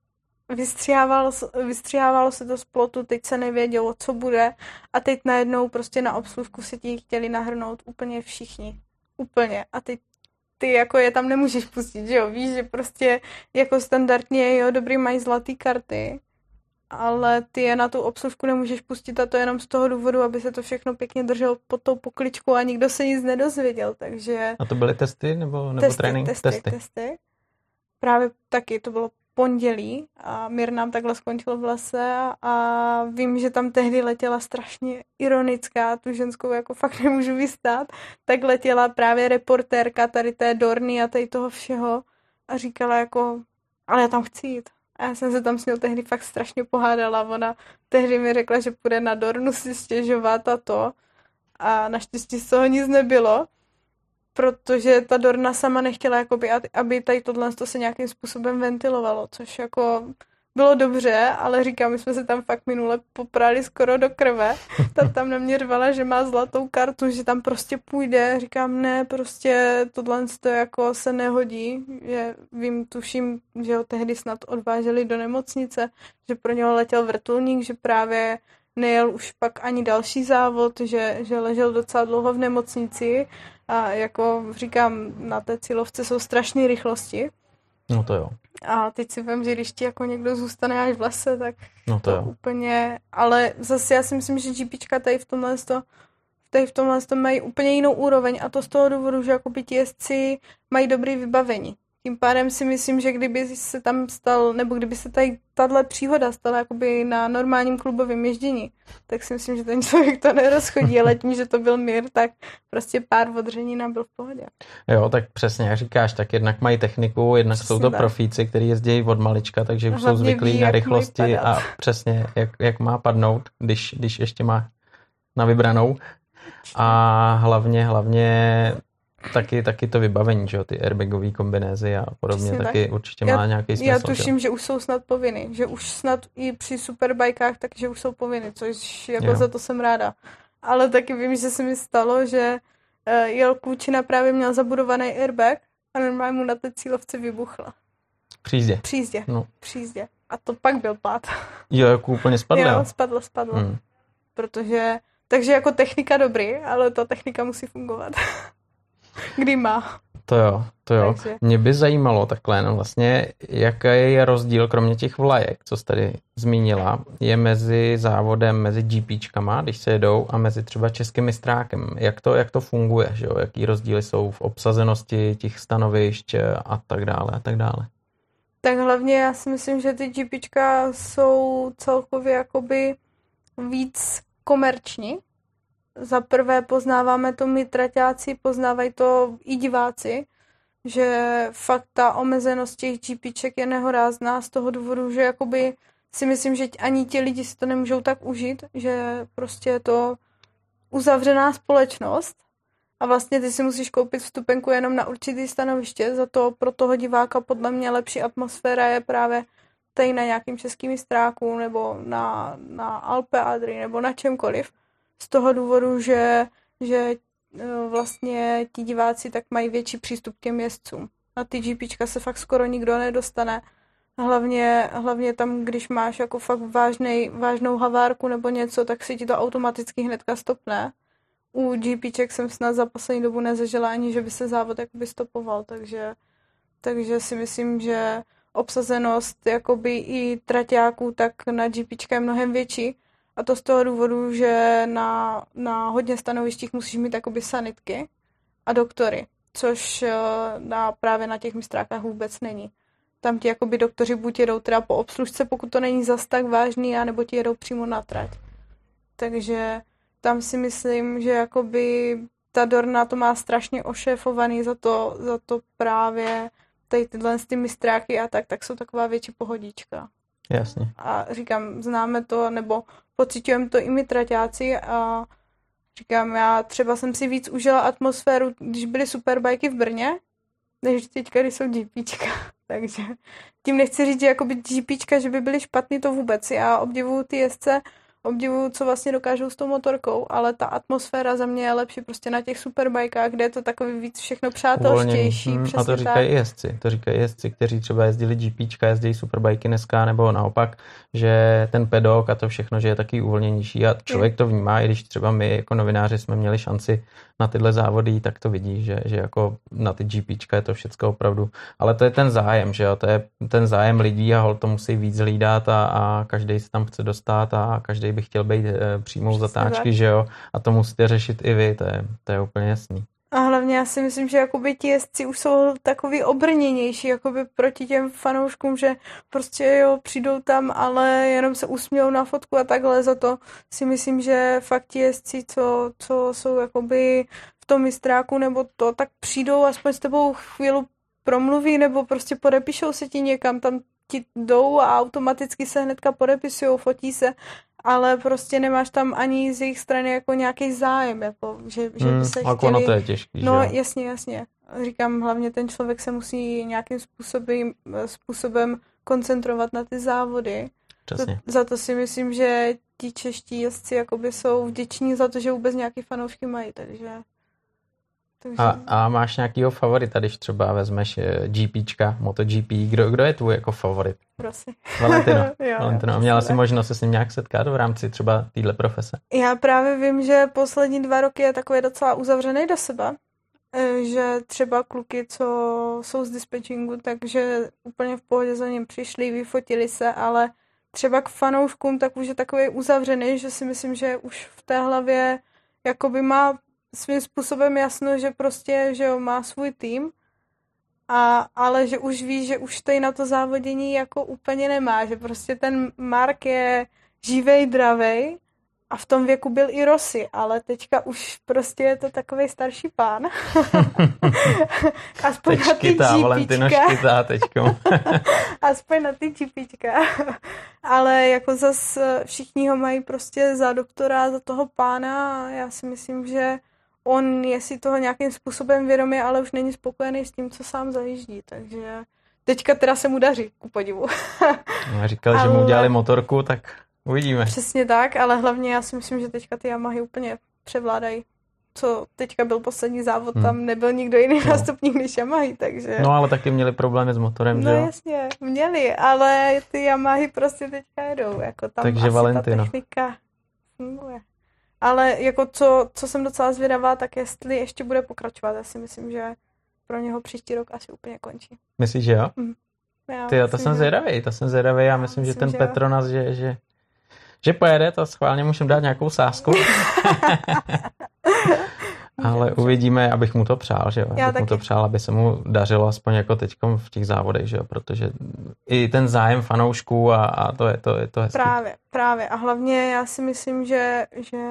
Vystřihávalo se to z plotu, teď se nevědělo, co bude a teď najednou prostě na obslužku se ti chtěli nahrnout úplně všichni. Úplně. A teď ty jako je tam nemůžeš pustit, že jo, víš, že prostě jako standardně, jo, dobrý, mají zlatý karty, ale ty je na tu obslužku nemůžeš pustit a to jenom z toho důvodu, aby se to všechno pěkně drželo pod tou pokličkou a nikdo se nic nedozvěděl, takže... A to byly testy nebo trénink? Testy. Právě taky, to bylo pondělí a Mir nám takhle skončil v lese a vím, že tam tehdy letěla strašně ironická, tu ženskou jako fakt nemůžu vystát, tak letěla právě reportérka tady té Dorny a tady toho všeho a říkala jako, ale já tam chci jít. A já jsem se tam s ní tehdy fakt strašně pohádala. Ona tehdy mi řekla, že půjde na Dornu si stěžovat a to. A naštěstí z toho nic nebylo, protože ta Dorna sama nechtěla, jakoby, aby tady tohle se nějakým způsobem ventilovalo, což jako bylo dobře, ale říkám, my jsme se tam fakt minule poprali skoro do krve. Ta tam na mě řvala, že má zlatou kartu, že tam prostě půjde. Říkám, ne, prostě tohle jako se nehodí. Tuším, že ho tehdy snad odváželi do nemocnice, že pro něho letěl vrtulník, že právě nejel už pak ani další závod, že ležel docela dlouho v nemocnici a jako říkám, na té cílovce jsou strašné rychlosti. No to jo. A teď si vím, že když ti jako někdo zůstane až v lese, tak No to jo. úplně, ale zase já si myslím, že GPčka tady v tomhle mají úplně jinou úroveň a to z toho důvodu, že jakoby ti jezdci mají dobrý vybavení. Tím pádem si myslím, že kdyby se tam stal, nebo kdyby se tady tahle příhoda stala jakoby na normálním klubovém ježdění, tak si myslím, že ten člověk to nerozchodí, ale tím, že to byl mír, tak prostě pár odřenin a byl v pohodě. Jo, tak přesně, jak říkáš, tak jednak mají techniku, jednak přesně jsou to tak. Profíci, kteří jezdí od malička, takže už jsou zvyklí na rychlosti a přesně, jak má padnout, když ještě má na vybranou. A hlavně taky to vybavení, že jo, ty airbagové kombinézy a podobně, přesně taky tak. Určitě má nějaký smysl. Já tuším, že už jsou snad povinny, že už snad i při superbajkách, takže už jsou povinny, což jako za to jsem ráda. Ale taky vím, že se mi stalo, že jel klučina právě měl zabudovaný airbag a normálně mu na té cílovce vybuchla. Při jízdě. A to pak byl pád. Jo, jako úplně spadlo. Jo, spadlo. Takže jako technika dobrý, ale ta technika musí fungovat. Kdy má. To jo. Takže. Mě by zajímalo takhle, no vlastně, jaký je rozdíl, kromě těch vlajek, co jsi tady zmínila, je mezi závodem, mezi GPčkama, když se jedou, a mezi třeba českým mistrákem. Jak to funguje, že jo? Jaký rozdíly jsou v obsazenosti těch stanovišť a tak dále a tak dále. Tak hlavně já si myslím, že ty GPčka jsou celkově jakoby víc komerční. Za prvé poznáváme to my traťáci, poznávají to i diváci, že fakt ta omezenost těch GPček je nehorázná z toho důvodu, že jakoby si myslím, že ani ti lidi si to nemůžou tak užít, že prostě je to uzavřená společnost a vlastně ty si musíš koupit vstupenku jenom na určitý stanoviště, za to pro toho diváka podle mě lepší atmosféra je právě tady na nějakým českým mistráku nebo na Alpe Adrii nebo na čemkoliv. Z toho důvodu, že vlastně ti diváci tak mají větší přístup k těm jezdcům. Na ty GPčka se fakt skoro nikdo nedostane. Hlavně tam, když máš jako fakt vážnou havárku nebo něco, tak si ti to automaticky hnedka stopne. U GPček jsem snad za poslední dobu nezažila ani, že by se závod jakoby stopoval, takže si myslím, že obsazenost jakoby i traťáků tak na GPčka je mnohem větší. A to z toho důvodu, že na hodně stanovištích musíš mít jakoby sanitky a doktory, což právě na těch mistrákách vůbec není. Tam ti jakoby doktoři buď jedou teda po obslužce, pokud to není zas tak vážný, anebo ti jedou přímo na trať. Takže tam si myslím, že jakoby ta Dorna to má strašně ošéfovaný za to právě tyhle mistráky a tak jsou taková větší pohodička. Jasně. A říkám, známe to, nebo pociťujeme to i my traťáci a říkám, já třeba jsem si víc užila atmosféru, když byly superbajky v Brně, než teďka, když jsou GPčka. Takže tím nechci říct, že jakoby GPčka, že by byly špatný, to vůbec. Já obdivuju ty jezdce, obdivuju, co vlastně dokážou s tou motorkou, ale ta atmosféra za mě je lepší prostě na těch superbajkách, kde je to takový víc všechno přátelštější. A to říkají jezdci, kteří třeba jezdili GPčka, jezdí superbajky dneska, nebo naopak, že ten pedok a to všechno, že je taky uvolněnější a člověk to vnímá, i když třeba my jako novináři jsme měli šanci na tyhle závody, tak to vidí, že jako na ty GPčka je to všecko opravdu. Ale to je ten zájem, že jo, to je ten zájem lidí a to musí víc hlídat a každý se tam chce dostat a každý by chtěl být přímo z zatáčky, že jo, a to musíte řešit i vy, to je úplně jasný. A hlavně já si myslím, že jakoby ti jezdci už jsou takový obrněnější, jakoby proti těm fanouškům, že prostě jo, přijdou tam, ale jenom se usmějou na fotku a takhle, za to si myslím, že fakt ti jezdci, co jsou jakoby v tom mistráku nebo to, tak přijdou, aspoň s tebou chvíli promluví nebo prostě podepíšou se ti někam, tam ti jdou a automaticky se hnedka podepisujou, fotí se, ale prostě nemáš tam ani z jejich strany jako nějaký zájem, jako, že by se chtěli... Ono to je těžký, no, že? Jasně. Říkám, hlavně ten člověk se musí nějakým způsobem koncentrovat na ty závody. Za to si myslím, že ti čeští jezdci jakoby jsou vděční za to, že vůbec nějaký fanoušky mají, takže... A máš nějakýho favorita, když třeba vezmeš GPčka, MotoGP, kdo je tvůj jako favorit? Prosím. Valentino. Měla jsi možnost se s ním nějak setkat v rámci třeba téhle profese? Já právě vím, že poslední 2 roky je takový docela uzavřený do sebe že třeba kluky, co jsou z dispečingu, takže úplně v pohodě za ním přišli, vyfotili se, ale třeba k fanouškům tak už je takový uzavřený, že si myslím, že už v té hlavě jakoby má svým způsobem jasno, že prostě, že jo, má svůj tým, ale že už ví, že už tady na to závodění jako úplně nemá, že prostě ten Mark je živej, dravej a v tom věku byl i Rossi, ale teďka už prostě je to takovej starší pán. Aspoň teď na ty GPčka. Aspoň na ty GPčka. Ale jako zas všichni ho mají prostě za doktora, za toho pána a já si myslím, že on je si toho nějakým způsobem vědomý, ale už není spokojený s tím, co sám zajíždí, takže teďka teda se mu daří, ku podivu. No, říkal, že mu udělali motorku, tak uvidíme. Přesně tak, ale hlavně já si myslím, že teďka ty Yamahy úplně převládají. Co teďka byl poslední závod, tam nebyl nikdo jiný nástupník než Yamahy, takže... No ale taky měli problémy s motorem, že jo? No jasně, měli, ale ty Yamahy prostě teďka jedou, jako tam takže asi Valentino. Ta technika funguje. Ale jako co jsem docela zvědavá, tak jestli ještě bude pokračovat. Já si myslím, že pro něho příští rok asi úplně končí. Myslíš, že jo? Tyjo, to jsem zvědavý. Já myslím, že ten Petronas, že pojede, to schválně musím dát nějakou sázku. Ale uvidíme, abych mu to přál, že jo? Abych mu to přál, aby se mu dařilo aspoň jako teďkom v těch závodech, že jo? Protože i ten zájem fanoušků a to je to hezký. Právě. A hlavně já si myslím, že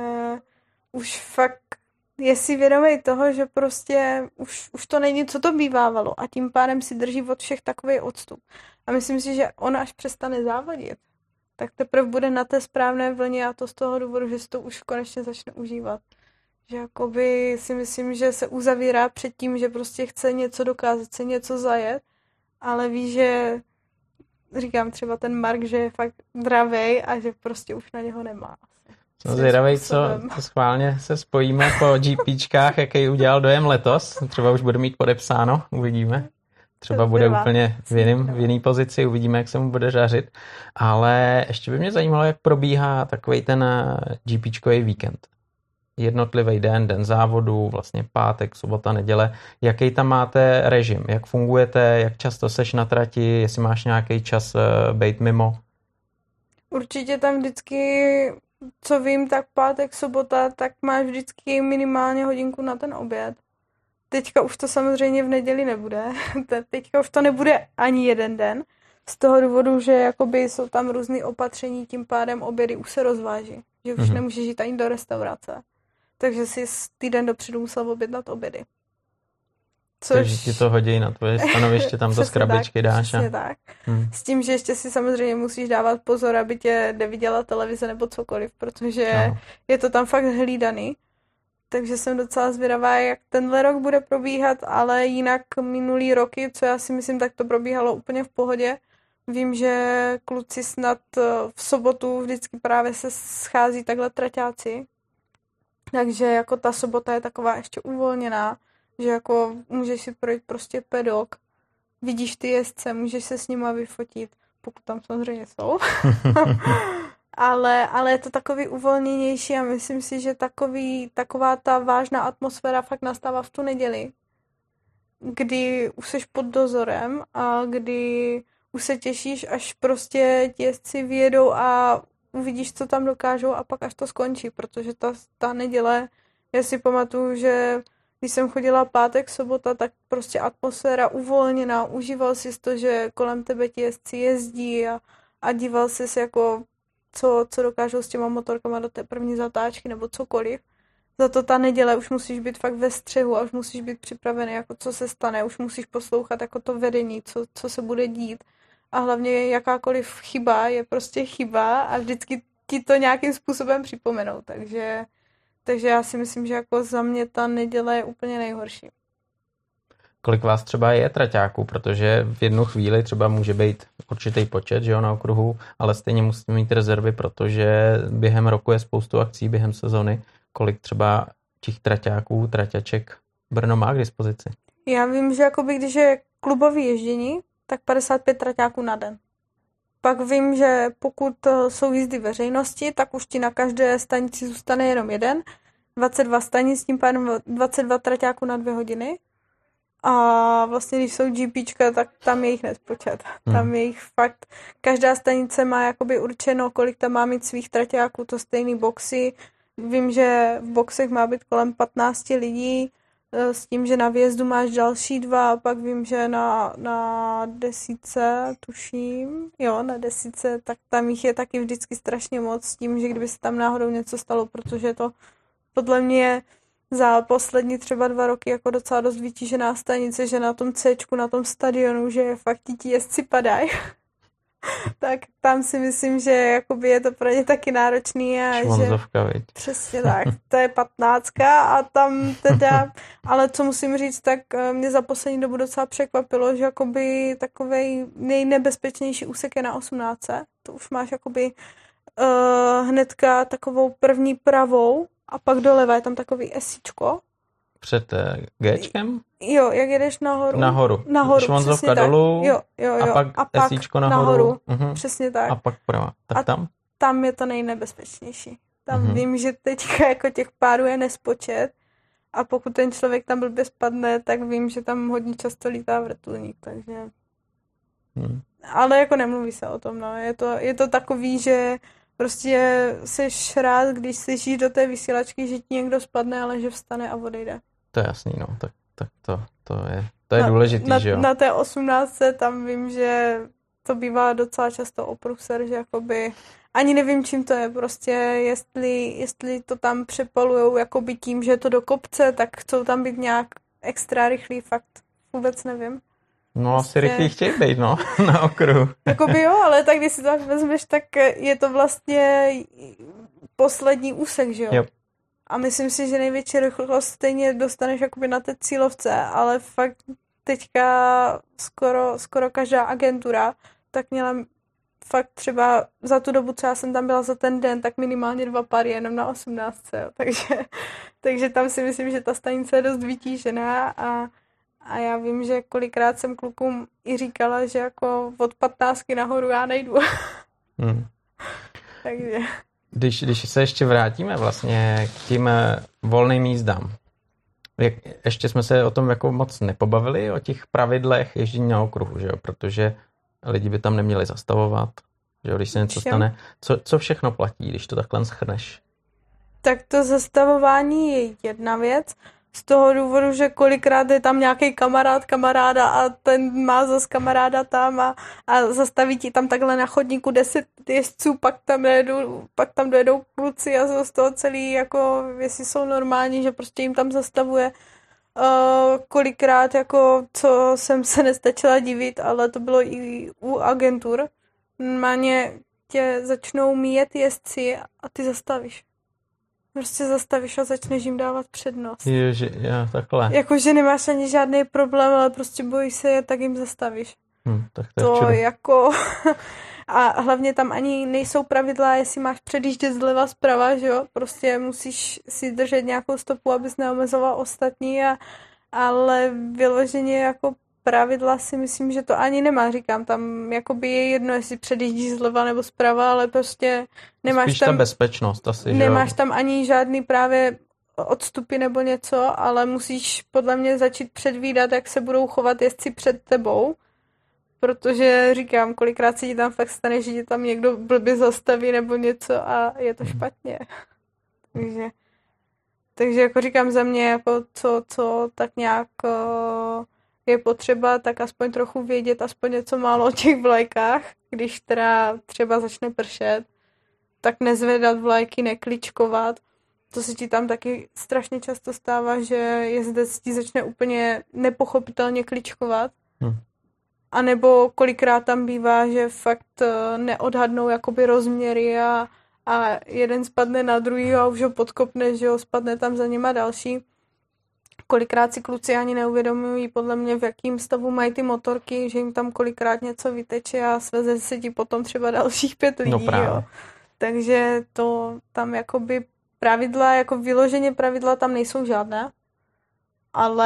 už fakt je si vědomý toho, že prostě už to není, co to bývávalo a tím pádem si drží od všech takový odstup. A myslím si, že on až přestane závodit, tak teprve bude na té správné vlně a to z toho důvodu, že si to už konečně začne užívat. Že jakoby si myslím, že se uzavírá před tím, že prostě chce něco dokázat, chce něco zajet, ale ví, že říkám třeba ten Mark, že je fakt dravej a že prostě už na něho nemá. Jsem zvědavej, co schválně se spojíme po GPčkách, jaký udělal dojem letos. Třeba už bude mít podepsáno, uvidíme. Třeba bude úplně v jiný pozici, uvidíme, jak se mu bude žařit. Ale ještě by mě zajímalo, jak probíhá takovej ten GPčkový víkend. Jednotlivý den závodu, vlastně pátek, sobota, neděle. Jaký tam máte režim? Jak fungujete? Jak často seš na trati? Jestli máš nějaký čas bejt mimo? Určitě tam vždycky, co vím, tak pátek, sobota, tak máš vždycky minimálně hodinku na ten oběd. Teďka už to samozřejmě v neděli nebude. Teďka už to nebude ani jeden den. Z toho důvodu, že jakoby jsou tam různý opatření, tím pádem obědy už se rozváží. Že už nemůžeš jít ani do restaurace. Takže si týden dopředu musel objednat obědy. Takže ti to hodí na tvoje stanoviště, tam to z krabičky dáš. Přesně tak. S tím, že ještě si samozřejmě musíš dávat pozor, aby tě neviděla televize nebo cokoliv, protože je to tam fakt hlídaný. Takže jsem docela zvědavá, jak tenhle rok bude probíhat, ale jinak minulý roky, co já si myslím, tak to probíhalo úplně v pohodě. Vím, že kluci snad v sobotu vždycky právě se schází takhle traťáci. Takže jako ta sobota je taková ještě uvolněná, že jako můžeš si projít prostě pedok, vidíš ty jezdce, můžeš se s nima vyfotit, pokud tam samozřejmě jsou. ale je to takový uvolněnější a myslím si, že taková ta vážná atmosféra fakt nastává v tu neděli, kdy už jsi pod dozorem a kdy už se těšíš, až prostě ti jezdci vyjedou a uvidíš, co tam dokážou a pak až to skončí, protože ta neděle, já si pamatuju, že když jsem chodila pátek, sobota, tak prostě atmosféra uvolněná, užíval si to, že kolem tebe ti jezdci jezdí a díval jsi jako co dokážou s těma motorkama do té první zatáčky nebo cokoliv. Za to ta neděle už musíš být fakt ve střehu a už musíš být připravený, jako co se stane, už musíš poslouchat jako to vedení, co se bude dít. A hlavně jakákoliv chyba je prostě chyba a vždycky ti to nějakým způsobem připomenou. Takže já si myslím, že jako za mě ta neděle je úplně nejhorší. Kolik vás třeba je traťáků, protože v jednu chvíli třeba může být určitý počet, že jo, na okruhu, ale stejně musíte mít rezervy, protože během roku je spoustu akcí, během sezony. Kolik třeba těch traťáků, traťaček Brno má k dispozici? Já vím, že jakoby, když je klubový ježdění, tak 55 traťáků na den. Pak vím, že pokud jsou jízdy veřejnosti, tak už ti na každé stanici zůstane jenom jeden. 22 stanic, tím pádem 22 traťáků na 2 hodiny. A vlastně, když jsou GPčka, tak tam je jich nespočet. Tam je jich fakt, každá stanice má jakoby určeno, kolik tam má mít svých traťáků, to stejný boxy. Vím, že v boxech má být kolem 15 lidí, s tím, že na výjezdu máš další 2, a pak vím, že na 10, tuším, na 10, tak tam jich je taky vždycky strašně moc, s tím, že kdyby se tam náhodou něco stalo, protože to podle mě za poslední třeba 2 roky jako docela dost vytížená stanice, že na tom Cčku, na tom stadionu, že fakt ti jezdci padají. Tak tam si myslím, že jakoby je to pro ně taky náročný a Švonzovka, že... Přesně tak, to je 15 a tam teda, ale co musím říct, tak mě za poslední dobu docela překvapilo, že jakoby takovej nejnebezpečnější úsek je na 18. To už máš jakoby hnedka takovou první pravou a pak doleva je tam takový esíčko. Před Gčkem? Jo, jak jedeš nahoru. Nahoru, Švonzovka dolů. Jo. A pak esíčko nahoru. Přesně tak. A pak prava. Tak tam? Tam je to nejnebezpečnější. Tam vím, že teďka jako těch párů je nespočet a pokud ten člověk tam blbě spadne, tak vím, že tam hodně často lítá vrtulník, takže... Ale jako nemluví se o tom, no. Je to takový, že prostě seš rád, když slyšíš do té vysílačky, že ti někdo spadne, ale že vstane a odejde. To je jasný, no. Tak to je důležitý, že jo? Na té 18. tam vím, že to bývá docela často o průser, že jakoby ani nevím, čím to je, prostě jestli to tam přepalujou jakoby tím, že je to do kopce, tak chcou tam být nějak extra rychlý, fakt vůbec nevím. No asi rychlý chtějí být, no, na okruhu. Jakoby jo, ale tak když si to tak vezmeš, tak je to vlastně poslední úsek, že jo? Yep. A myslím si, že největší rychlost stejně dostaneš jakoby na té cílovce, ale fakt teďka skoro každá agentura tak měla fakt třeba za tu dobu, co já jsem tam byla za ten den, tak minimálně 2 páry jenom na 18. Jo. Takže tam si myslím, že ta stanice je dost vytížená a já vím, že kolikrát jsem klukům i říkala, že jako od 15 nahoru já nejdu. Takže... Když se ještě vrátíme vlastně k tím volným jízdám. Ještě jsme se o tom jako moc nepobavili, o těch pravidlech ježdění na okruhu, že jo? Protože lidi by tam neměli zastavovat, že jo? Když se něco stane. Co všechno platí, když to takhle shrneš? Tak to zastavování je jedna věc, z toho důvodu, že kolikrát je tam nějaký kamaráda a ten má zas kamaráda tam a zastaví ti tam takhle na chodníku 10 jezdců, pak tam dojedou kluci a z toho celý, jako jestli jsou normální, že prostě jim tam zastavuje. Kolikrát, jako co jsem se nestačila divit, ale to bylo i u agentur, normálně tě začnou míjet jezdci a ty zastavíš. Prostě zastavíš a začneš jim dávat přednost. Takhle. Jakože nemáš ani žádný problém, ale prostě bojíš se, tak jim zastavíš. Tak to jako... A hlavně tam ani nejsou pravidla, jestli máš předjíždět zleva zprava, že jo? Prostě musíš si držet nějakou stopu, abys neomezoval ostatní, ale vyloženě jako pravidla si myslím, že to ani nemá, říkám, tam jakoby je jedno, jestli předjíždíš zleva nebo zprava, ale prostě nemáš spíš tam... ta bezpečnost asi, nemáš tam ani žádný právě odstupy nebo něco, ale musíš podle mě začít předvídat, jak se budou chovat jezdci před tebou, protože říkám, kolikrát se ti tam fakt stane, že ti tam někdo blbě zastaví nebo něco a je to špatně. Takže jako říkám, za mě, jako co tak nějak je potřeba, tak aspoň trochu vědět, aspoň něco málo o těch vlajkách, když teda třeba začne pršet, tak nezvedat vlajky, nekličkovat. To se ti tam taky strašně často stává, že jezdec ti začne úplně nepochopitelně kličkovat. A nebo kolikrát tam bývá, že fakt neodhadnou jakoby rozměry a jeden spadne na druhý a už ho podkopne, že ho spadne tam za nima další. Kolikrát si kluci ani neuvědomují podle mě, v jakým stavu mají ty motorky, že jim tam kolikrát něco vyteče a sveze se ti potom třeba dalších 5 lidí. No jo. Takže to tam jakoby pravidla, jako vyloženě pravidla tam nejsou žádné,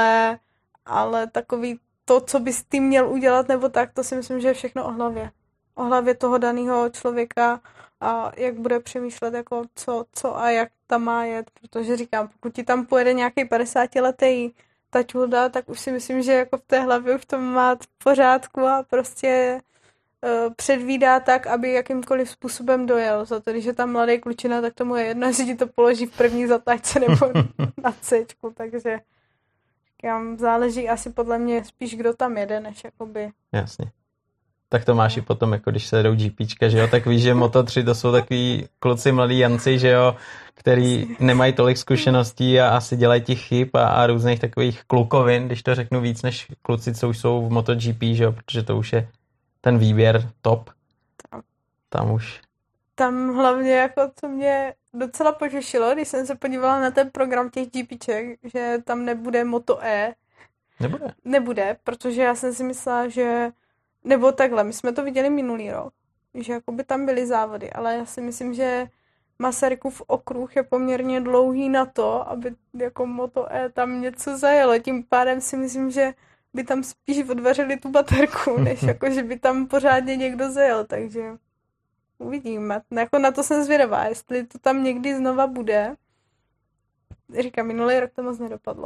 ale takový to, co bys ty měl udělat nebo tak, to si myslím, že je všechno o hlavě. o hlavě toho daného člověka a jak bude přemýšlet, jako co a jak tam má jet, protože říkám, pokud ti tam pojede nějaký 50letý taťulda, tak už si myslím, že jako v té hlavě už to má v pořádku a prostě předvídá tak, aby jakýmkoliv způsobem dojel. Za to, když je tam mladý klučina, tak tomu je jedno, jestli ti to položí v první zatáčce nebo na cečku, takže říkám, záleží asi podle mě spíš, kdo tam jede, než jakoby... Jasně. Tak to máš i potom, jako když se jedou GPčka, že jo, tak víš, že Moto3 to jsou takový kluci mladí Janci, že jo, který nemají tolik zkušeností a asi dělají těch chyb a různých takových klukovin, když to řeknu víc než kluci, co už jsou v MotoGP, že jo, protože to už je ten výběr top. Tam už. Tam hlavně jako, co mě docela potěšilo, když jsem se podívala na ten program těch GPček, že tam nebude Moto E. Nebude? Nebude, protože já jsem si myslela, že nebo takhle, my jsme to viděli minulý rok, že jakoby tam byly závody, ale já si myslím, že Masarykův okruh je poměrně dlouhý na to, aby jako Moto E tam něco zajelo. Tím pádem si myslím, že by tam spíš odvařili tu baterku, než jako, že by tam pořádně někdo zajel, takže uvidíme. Jako na to jsem zvědavá, jestli to tam někdy znova bude. Říkám, minulý rok to moc nedopadlo.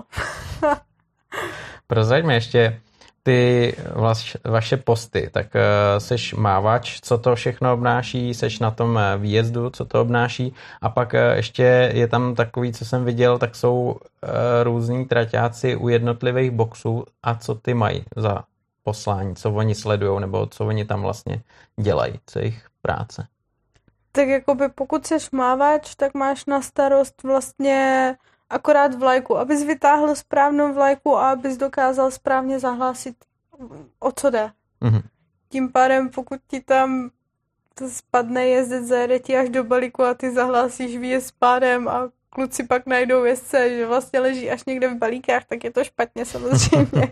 Prozraďme ještě ty vaše posty, tak seš mávač, co to všechno obnáší, seš na tom výjezdu, co to obnáší a pak ještě je tam takový, co jsem viděl, tak jsou různí traťáci u jednotlivých boxů a co ty mají za poslání, co oni sledujou nebo co oni tam vlastně dělají, co je jejich práce. Tak jakoby pokud seš mávač, tak máš na starost vlastně akorát vlajku, abys vytáhl správnou vlajku a abys dokázal správně zahlásit, o co jde. Mm-hmm. Tím pádem, pokud ti tam to spadne jezdec, zajede ti až do balíku a ty zahlásíš výjezd s pádem a kluci pak najdou jezdce, že vlastně leží až někde v balíkách, tak je to špatně samozřejmě.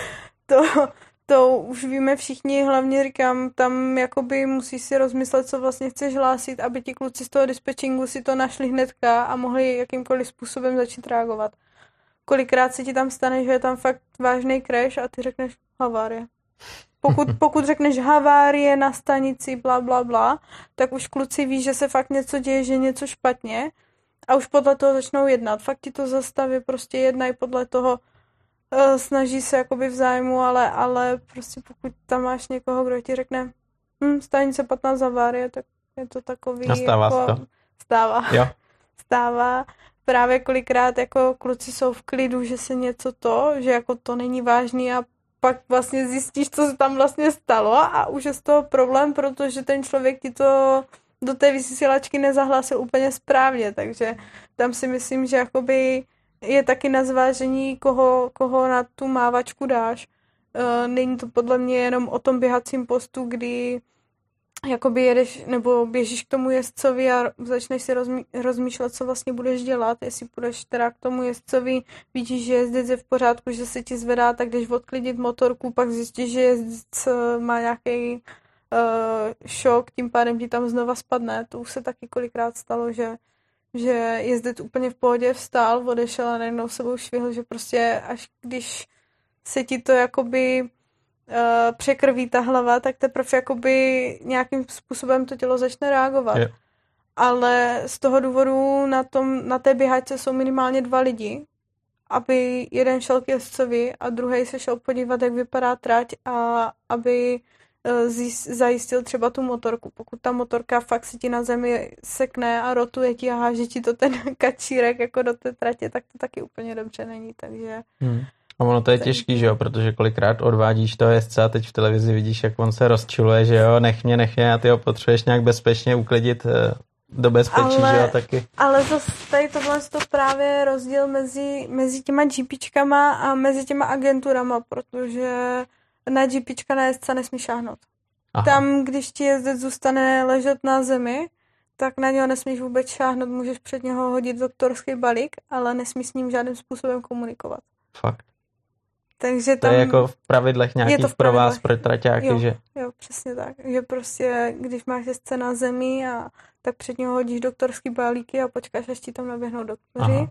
To už víme všichni, hlavně říkám, tam jakoby musíš si rozmyslet, co vlastně chceš hlásit, aby ti kluci z toho dispatchingu si to našli hnedka a mohli jakýmkoliv způsobem začít reagovat. Kolikrát se ti tam stane, že je tam fakt vážný crash a ty řekneš havárie. Pokud řekneš havárie na stanici, bla, bla, bla, tak už kluci ví, že se fakt něco děje, že je něco špatně a už podle toho začnou jednat. Fakt ti to zastaví, prostě jednají podle toho, snaží se jakoby v zájmu, ale prostě pokud tam máš někoho, kdo ti řekne stanice 15 havárie, tak je to takový... A stává jako, se to? Stává. Jo. Stává. Právě kolikrát jako kluci jsou v klidu, že se něco že jako to není vážný a pak vlastně zjistíš, co se tam vlastně stalo a už je z toho problém, protože ten člověk ti to do té vysílačky nezahlásil úplně správně, takže tam si myslím, že jakoby je taky na zvážení, koho na tu mávačku dáš. Není to podle mě jenom o tom běhacím postu, kdy jakoby jedeš nebo běžíš k tomu jezdcovi a začneš si rozmýšlet, co vlastně budeš dělat. Jestli půjdeš teda k tomu jezdcovi, vidíš, že jezdec je v pořádku, že se ti zvedá, tak jdeš odklidit motorku, pak zjistíš, že jezdec má nějaký šok, tím pádem ti tam znova spadne. To už se taky kolikrát stalo, že jezdec úplně v pohodě vstál, odešel a najednou sebou švihl, že prostě až když se ti to jakoby překrví ta hlava, tak teprve jakoby nějakým způsobem to tělo začne reagovat. Je. Ale z toho důvodu na té běhačce jsou minimálně 2 lidi, aby jeden šel k jezdcovi a druhý se šel podívat, jak vypadá trať a aby zajistil třeba tu motorku. Pokud ta motorka fakt se ti na zemi sekne a rotuje ti a háže ti to ten kačírek jako do té tratě, tak to taky úplně dobře není, takže... A ono to je těžký, že jo, protože kolikrát odvádíš toho jezdce a teď v televizi vidíš, jak on se rozčiluje, že jo, nech mě a ty ho potřebuješ nějak bezpečně uklidit do bezpečí, že jo, taky. Ale tady tohle je to právě rozdíl mezi těma GPčkama a mezi těma agenturama, protože na GPčka na jezdce nesmí šáhnout. Aha. Tam, když ti jezdec zůstane ležet na zemi, tak na něho nesmíš vůbec šáhnout, můžeš před něho hodit doktorský balík, ale nesmíš s ním žádným způsobem komunikovat. Fakt. Takže tam, to je jako v pravidlech nějakých pro vás, pro traťáky, že? Jo, přesně tak. Že prostě, když máš jezdce na zemi tak před něho hodíš doktorský balíky a počkáš, až ti tam naběhnou doktoři.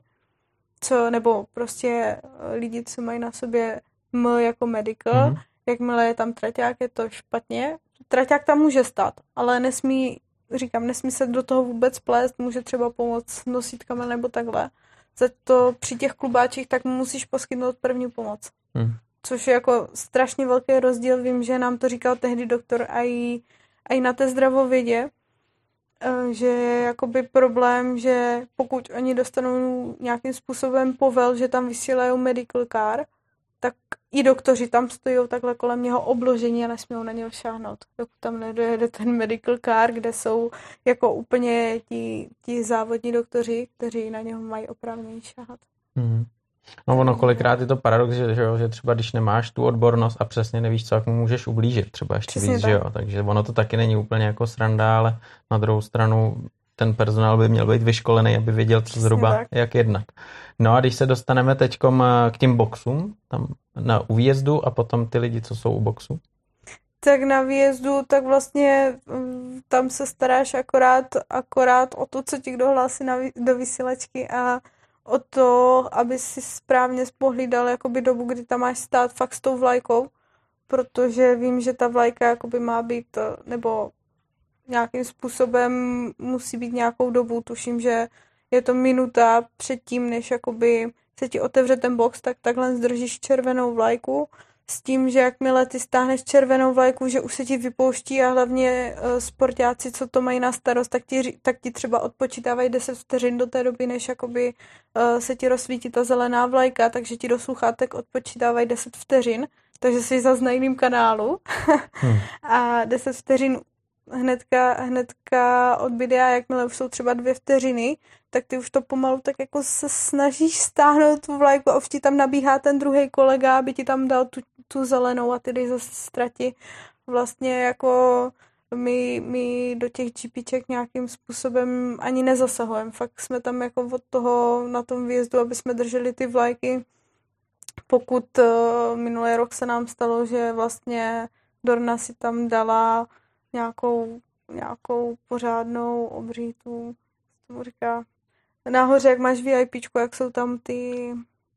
Nebo prostě lidi, co mají na sobě M jako medical, jakmile je tam traťák, je to špatně, traťák tam může stát, ale nesmí se do toho vůbec plést, může třeba pomoct nosítkama nebo takhle. Za to při těch klubáčích tak mu musíš poskytnout první pomoc. Což je jako strašně velký rozdíl. Vím, že nám to říkal tehdy doktor a i na té zdravovědě, že je jakoby problém, že pokud oni dostanou nějakým způsobem povel, že tam vysílají medical car, tak i doktoři tam stojí takhle kolem něho obložení a nesmějí na něho šáhnout. Dokud tam nedojede ten medical car, kde jsou jako úplně ti závodní doktoři, kteří na něho mají oprávnění šáhat. No ono kolikrát je to paradox, že třeba když nemáš tu odbornost a přesně nevíš, co, jak mu můžeš ublížit třeba ještě přesně víc, tak. Že jo. Takže ono to taky není úplně jako sranda, ale na druhou stranu ten personál by měl být vyškolený, aby věděl, co zhruba jak jednat. No a když se dostaneme teďkom k těm boxům, tam u výjezdu a potom ty lidi, co jsou u boxu? Tak na výjezdu, tak vlastně tam se staráš akorát o to, co ti kdo hlásí do vysílačky a o to, aby si správně spohlídal jakoby dobu, kdy tam máš stát fakt s tou vlajkou, protože vím, že ta vlajka jakoby má být, nebo nějakým způsobem musí být nějakou dobu, tuším, že je to minuta předtím, než jakoby se ti otevře ten box, tak takhle zdržíš červenou vlajku s tím, že jakmile ty stáhneš červenou vlajku, že už se ti vypouští a hlavně sportáci, co to mají na starost, tak ti třeba odpočítávají 10 vteřin do té doby, než jakoby se ti rozsvítí ta zelená vlajka, takže ti do sluchátek odpočítávají 10 vteřin, takže jsi zase na jiném kanálu a 10 vteřin hnedka od videa, jakmile už jsou třeba 2 vteřiny, tak ty už to pomalu tak jako se snažíš stáhnout tu vlajku a už ti tam nabíhá ten druhý kolega, aby ti tam dal tu zelenou a ty jdeš zase ztrati. Vlastně jako my do těch GPček nějakým způsobem ani nezasahujeme. Fakt jsme tam jako od toho na tom výjezdu, aby jsme drželi ty vlajky. Pokud minulý rok se nám stalo, že vlastně Dorna si tam dala nějakou pořádnou obřítu, tomu říká, nahoře, jak máš VIPčku, jak jsou tam ty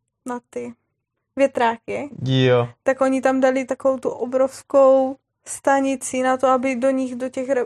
větráky, jo. Tak oni tam dali takovou tu obrovskou stanici na to, aby do nich,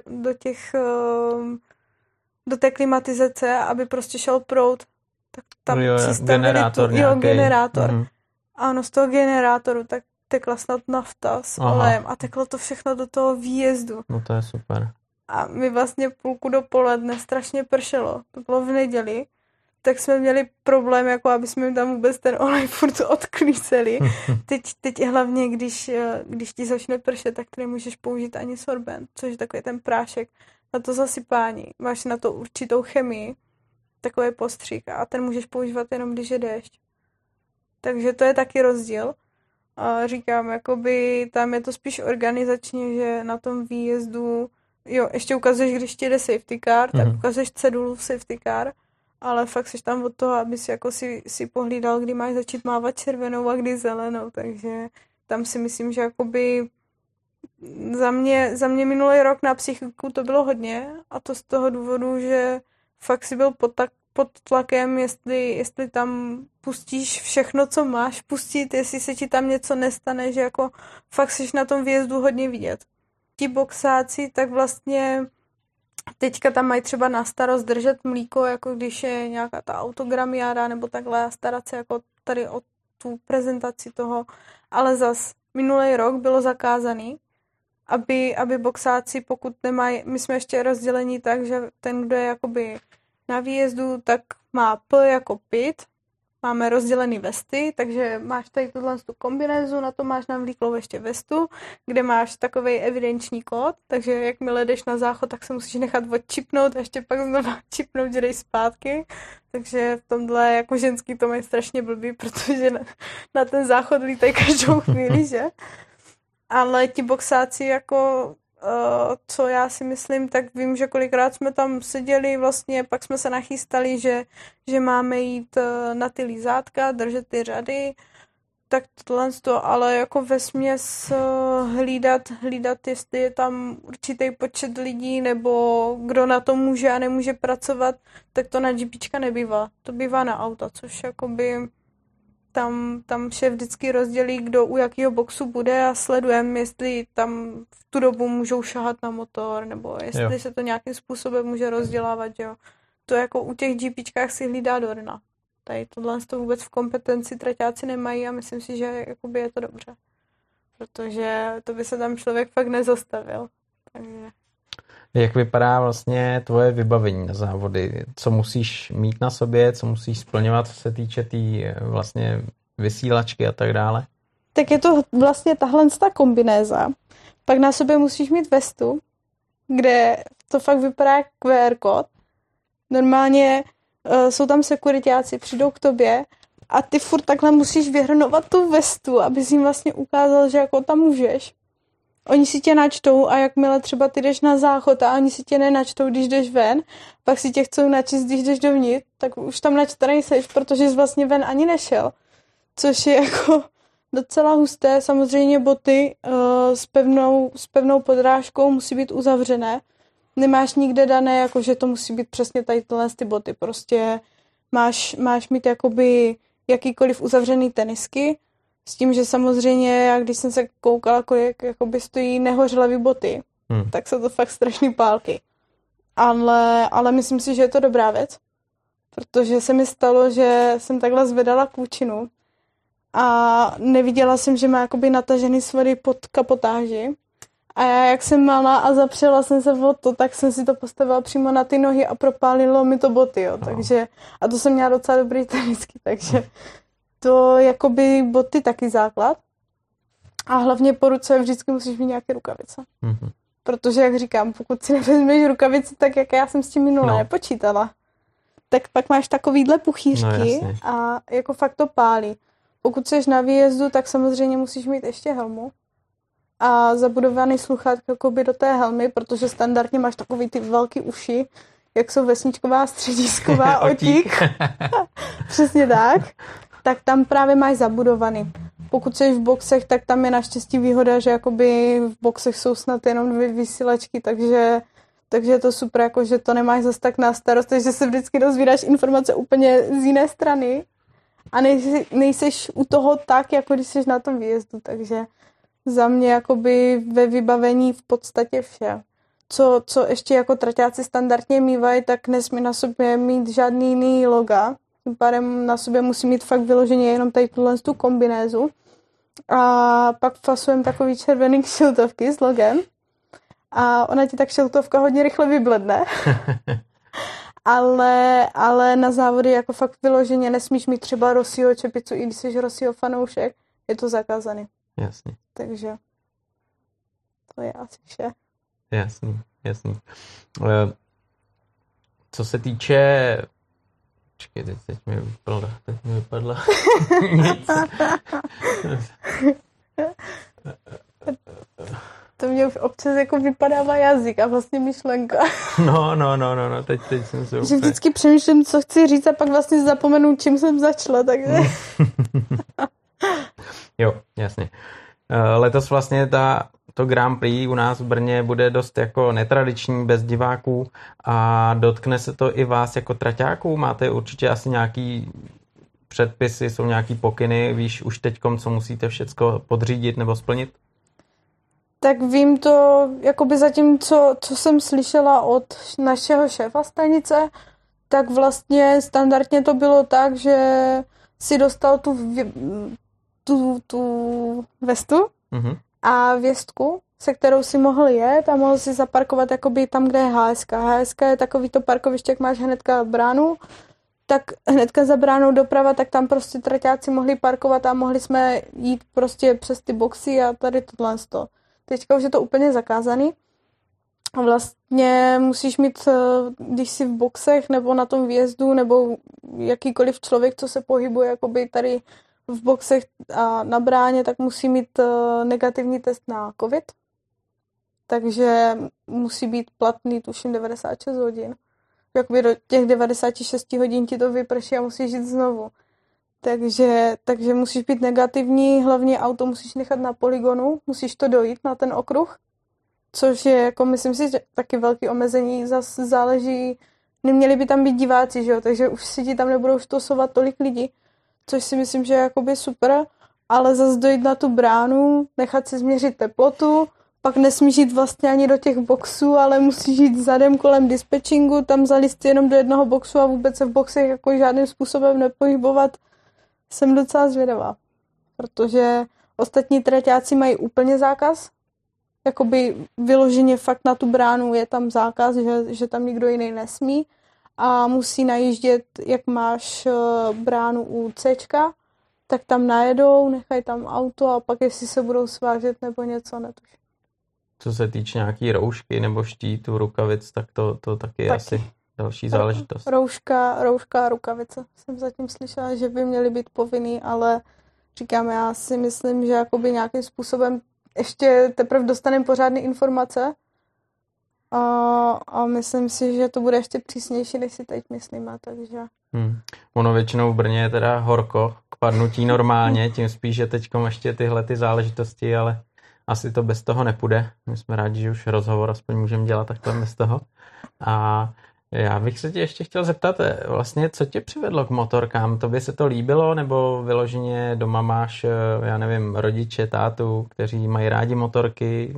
do té klimatizace, aby prostě šel proud. Tak tam přistavili generátor. Mm-hmm. Ano, z toho generátoru, tak tekla snad nafta s olejem a teklo to všechno do toho výjezdu. No to je super. A my vlastně půlku dopoledne strašně pršelo, to bylo v neděli, tak jsme měli problém, jako aby jsme tam vůbec ten olej furt odklíceli. Teď hlavně, když ti začne pršet, tak ty nemůžeš použít ani sorbent, což je takový ten prášek na to zasypání. Máš na to určitou chemii, takový postřik a ten můžeš používat jenom, když je déšť. Takže to je taky rozdíl. A říkám, jakoby tam je to spíš organizačně, že na tom výjezdu, jo, ještě ukazuješ, když ti jde safety car, tak ukazuješ cedulu safety car, ale fakt jsi tam od toho, aby si jako si pohlídal, kdy máš začít mávat červenou a kdy zelenou, takže tam si myslím, že jakoby za mě minulý rok na psychiku to bylo hodně a to z toho důvodu, že fakt si byl pod tlakem, jestli tam pustíš všechno, co máš pustit, jestli se ti tam něco nestane, že jako fakt jsi na tom výjezdu hodně vidět. Ti boxáci, tak vlastně teďka tam mají třeba na starost držet mlíko, jako když je nějaká ta autogramiáda nebo takhle a starat se jako tady o tu prezentaci toho, ale zas minulý rok bylo zakázaný, aby boxáci, pokud nemají, my jsme ještě rozdělení tak, že ten, kdo je jakoby na výjezdu, tak má P jako pit, máme rozdělený vesty, takže máš tady tu kombinézu, na to máš navlíklou ještě vestu, kde máš takovej evidenční kód, takže jakmile jdeš na záchod, tak se musíš nechat odčipnout a ještě pak znovu čipnout, že jdeš zpátky. Takže v tomhle jako ženský to mají strašně blbý, protože na ten záchod lítají každou chvíli, že? Ale ti boxáci jako co já si myslím, tak vím, že kolikrát jsme tam seděli vlastně, pak jsme se nachystali, že máme jít na ty lízátka, držet ty řady, tak tohle to, ale jako vesměs hlídat, jestli je tam určitý počet lidí, nebo kdo na to může a nemůže pracovat, tak to na GPčka nebývá. To bývá na auta, což jakoby Tam šéf vždycky rozdělí, kdo u jakého boxu bude a sledujeme, jestli tam v tu dobu můžou šahat na motor, nebo jestli se to nějakým způsobem může rozdělávat, jo. To jako u těch GPčkách si hlídá Dorna. Tady tohle to vůbec v kompetenci traťáci nemají a myslím si, že jakoby je to dobře. Protože to by se tam člověk fakt nezastavil. Takže... Jak vypadá vlastně tvoje vybavení na závody? Co musíš mít na sobě, co musíš splňovat, co se týče vlastně vysílačky a tak dále? Tak je to vlastně tahle kombinéza. Pak na sobě musíš mít vestu, kde to fakt vypadá jak QR kód. Normálně jsou tam sekuritáci, přijdou k tobě a ty furt takhle musíš vyhrnovat tu vestu, aby jsi jim vlastně ukázal, že jako tam můžeš. Oni si tě načtou a jakmile třeba ty jdeš na záchod a oni si tě nenačtou, když jdeš ven, pak si tě chcou načíst, když jdeš dovnitř, tak už tam načtený seš, protože jsi vlastně ven ani nešel. Což je jako docela husté. Samozřejmě boty s pevnou podrážkou musí být uzavřené. Nemáš nikde dané, jako že to musí být přesně tady ty boty. Prostě máš mít jakoby jakýkoliv uzavřený tenisky, s tím, že samozřejmě, já když jsem se koukala, kolik jakoby stojí nehořlavý boty, tak jsou to fakt strašný pálky. Ale myslím si, že je to dobrá věc, protože se mi stalo, že jsem takhle zvedala klůčinu a neviděla jsem, že má jakoby natažený svaly pod kapotáži. A já, jak jsem malá a zapřela jsem se o to, tak jsem si to postavila přímo na ty nohy a propálilo mi to boty, jo. Takže, a to jsem měla docela dobrý tenisky, takže to jakoby boty taky základ. A hlavně po ruce vždycky musíš mít nějaké rukavice. Mm-hmm. Protože, jak říkám, pokud si nevezmeš rukavici, tak jak já jsem s tím minule nepočítala, tak pak máš takovýhle puchýřky a jako fakt to pálí. Pokud jsi na výjezdu, tak samozřejmě musíš mít ještě helmu a zabudovaný sluchátko jakoby do té helmy, protože standardně máš takový ty velký uši, jak jsou vesničková, středisková, otík. Přesně tak. Tak tam právě máš zabudovaný. Pokud jsi v boxech, tak tam je naštěstí výhoda, že jakoby v boxech jsou snad jenom 2 vysílačky, takže je to super, jako, že to nemáš zase tak na starost, takže se vždycky dozvídáš informace úplně z jiné strany a nejseš u toho tak, jako když jsi na tom výjezdu, takže za mě jakoby ve vybavení v podstatě vše. Co ještě jako traťáci standardně mývají, tak nesmí na sobě mít žádný jiný loga. Tím pádem na sobě musí mít fakt vyloženě jenom tady tu kombinézu. A pak fasujeme takový červený kšiltovky s logem. A ona ti ta kšiltovka hodně rychle vybledne. ale na závody jako fakt vyloženě nesmíš mít třeba Rossiho čepicu, i když jsi Rossiho fanoušek, je to zakázaný. Jasně. Takže to je asi vše. Jasný. Co se týče... Počkej, teď mi vypadla. To mě už občas jako vypadává jazyk a vlastně myšlenka. No, teď jsem se že vždycky přemýšlím, co chci říct a pak vlastně zapomenu, čím jsem začala, takže... Jo, jasně. Letos vlastně to Grand Prix u nás v Brně bude dost jako netradiční, bez diváků a dotkne se to i vás jako traťáků? Máte určitě asi nějaký předpisy, jsou nějaký pokyny, víš už teďkom, co musíte všecko podřídit nebo splnit? Tak vím to, jakoby zatím, co jsem slyšela od našeho šéfa stanice, tak vlastně standardně to bylo tak, že si dostal tu vestu a věstku, se kterou si mohl jet a mohl si zaparkovat jakoby tam, kde je HSK. HSK je takový to parkoviště, jak máš hnedka bránu, tak hnedka za bránou doprava, tak tam prostě traťáci mohli parkovat a mohli jsme jít prostě přes ty boxy a tady tohle. Teďka už je to úplně zakázaný. A vlastně musíš mít, když jsi v boxech nebo na tom výjezdu, nebo jakýkoliv člověk, co se pohybuje jakoby tady v boxech a na bráně, tak musí mít negativní test na COVID. Takže musí být platný, tuším, 96 hodin. Jakoby do těch 96 hodin ti to vyprší a musíš jít znovu. Takže musíš být negativní, hlavně auto musíš nechat na polygonu, musíš to dojít na ten okruh, což je, jako myslím si, že taky velký omezení, zase záleží, neměli by tam být diváci, že jo, takže už si ti tam nebudou štosovat tolik lidí, což si myslím, že je jakoby super, ale zase dojít na tu bránu, nechat si změřit teplotu, pak nesmíš jít vlastně ani do těch boxů, ale musíš jít zadem kolem dispatchingu, tam zalíst jenom do jednoho boxu a vůbec se v boxech jako žádným způsobem nepohybovat. Jsem docela zvědavá, protože ostatní traťáci mají úplně zákaz, jakoby vyloženě fakt na tu bránu je tam zákaz, že tam nikdo jiný nesmí a musí najíždět, jak máš bránu u Cčka, tak tam najedou, nechají tam auto a pak jestli se budou svážet nebo něco, netuším. Co se týče nějaký roušky nebo štítu, rukavic, tak to taky je asi další záležitost. Rouška a rukavice. Jsem zatím slyšela, že by měly být povinný, ale říkám, já si myslím, že jakoby nějakým způsobem ještě teprve dostaneme pořádné informace a myslím si, že to bude ještě přísnější, než si teď myslíme, takže... Ono většinou v Brně je teda horko k padnutí normálně, tím spíš, že teďkom ještě tyhle ty záležitosti, ale asi to bez toho nepůjde. My jsme rádi, že už rozhovor aspoň můžeme dělat takhle bez toho. A já bych se tě ještě chtěl zeptat, vlastně, co tě přivedlo k motorkám? Tobě se to líbilo, nebo vyloženě doma máš, já nevím, rodiče, tátu, kteří mají rádi motorky?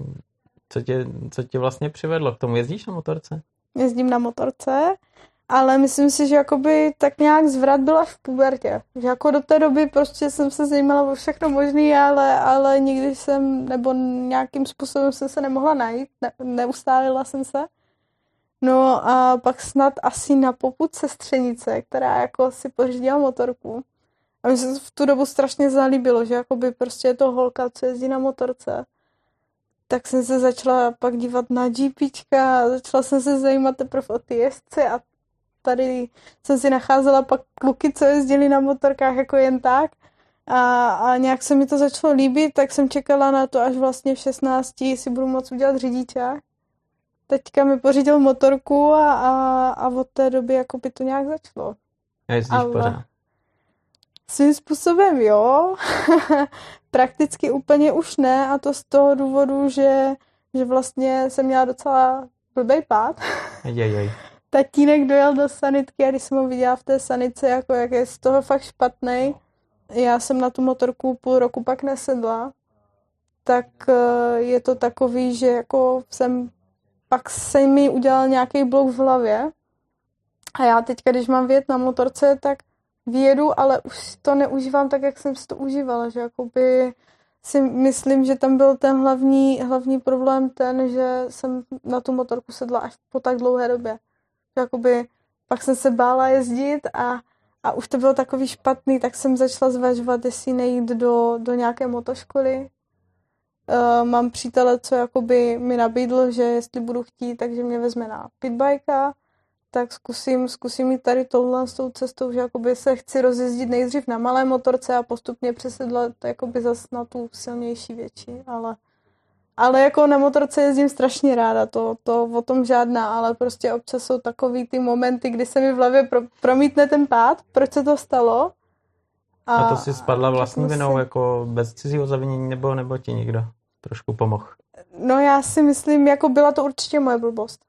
Co tě vlastně přivedlo k tomu? Jezdíš na motorce? Jezdím na motorce, ale myslím si, že jakoby tak nějak zvrat byl až v pubertě. Že jako do té doby prostě jsem se zajímala o všechno možný, ale nikdy jsem, nebo nějakým způsobem jsem se nemohla najít, neustálila jsem se. No a pak snad asi na popud sestřenice, která jako si pořídila motorku. A mi se v tu dobu strašně zalíbilo, že jakoby prostě je to holka, co jezdí na motorce. Tak jsem se začala pak dívat na GPčka, začala jsem se zajímat teprve o ty jezdce a tady jsem si nacházela pak kluky, co jezdili na motorkách jako jen tak. A nějak se mi to začalo líbit, tak jsem čekala na to, až vlastně v 16 si budu moct udělat řidičák. Teďka mi pořídil motorku a od té doby jako by to nějak začalo. A jezdíš pořád? Svým způsobem jo, prakticky úplně už ne a to z toho důvodu, že vlastně jsem měla docela blbej pád. Tatínek dojel do sanitky a když jsem ho viděla v té sanice, jako jak je z toho fakt špatnej, já jsem na tu motorku půl roku pak nesedla, tak je to takový, že jako pak se mi udělal nějaký blok v hlavě a já teďka, když mám vyjet na motorce, tak vyjedu, ale už to neužívám tak, jak jsem si to užívala, že jakoby si myslím, že tam byl ten hlavní problém ten, že jsem na tu motorku sedla až po tak dlouhé době. Jakoby pak jsem se bála jezdit a už to bylo takový špatný, tak jsem začala zvažovat, jestli nejít do nějaké motoškoly. Mám přítele, co jakoby mi nabídl, že jestli budu chtít, takže mě vezme na pitbajka, tak zkusím jít tady touhle s tou cestou, že jakoby se chci rozjezdit nejdřív na malé motorce a postupně přesedlat jakoby zas na tu silnější větší, ale jako na motorce jezdím strašně ráda, to o tom žádná, ale prostě občas jsou takový ty momenty, kdy se mi v hlavě promítne ten pád, proč se to stalo. A to si spadla vlastní vinou, jako bez cizího zavinění, nebo ti někdo trošku pomohl? No já si myslím, jako byla to určitě moje blbost,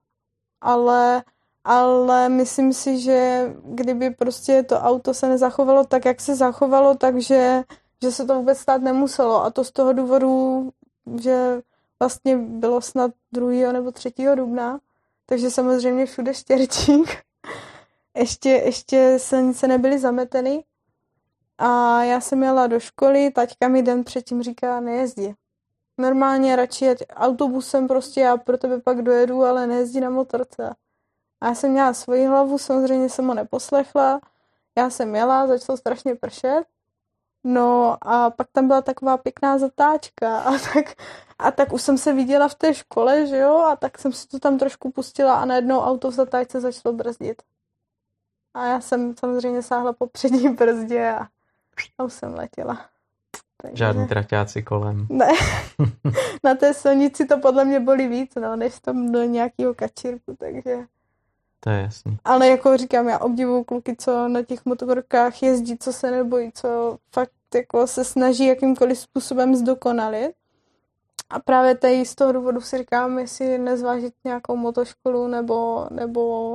ale myslím si, že kdyby prostě to auto se nezachovalo tak, jak se zachovalo, takže že se to vůbec stát nemuselo. A to z toho důvodu, že vlastně bylo snad 2. nebo 3. dubna, takže samozřejmě všude štěrčík. Ještě silnice nebyly zameteny. A já jsem jela do školy, taťka mi den předtím říká, nejezdi. Normálně radši jet autobusem, prostě já pro tebe pak dojedu, ale nejezdí na motorce. A já jsem měla svoji hlavu, samozřejmě jsem ho neposlechla. Já jsem jela, začalo strašně pršet. No a pak tam byla taková pěkná zatáčka a tak už jsem se viděla v té škole, že jo, a tak jsem si to tam trošku pustila a najednou auto v zatáčce začalo brzdit. A já jsem samozřejmě sáhla po přední brzdě a už jsem letěla. Takže... Žádný traťáci kolem. Ne, na té silnici to podle mě bolí víc, no, než tam do nějakého kačírku, takže... To je jasný. Ale jako říkám, já obdivuju kluky, co na těch motorkách jezdí, co se nebojí, co fakt jako se snaží jakýmkoliv způsobem zdokonalit. A právě tady z toho důvodu si říkám, jestli nezvážit nějakou motoškolu nebo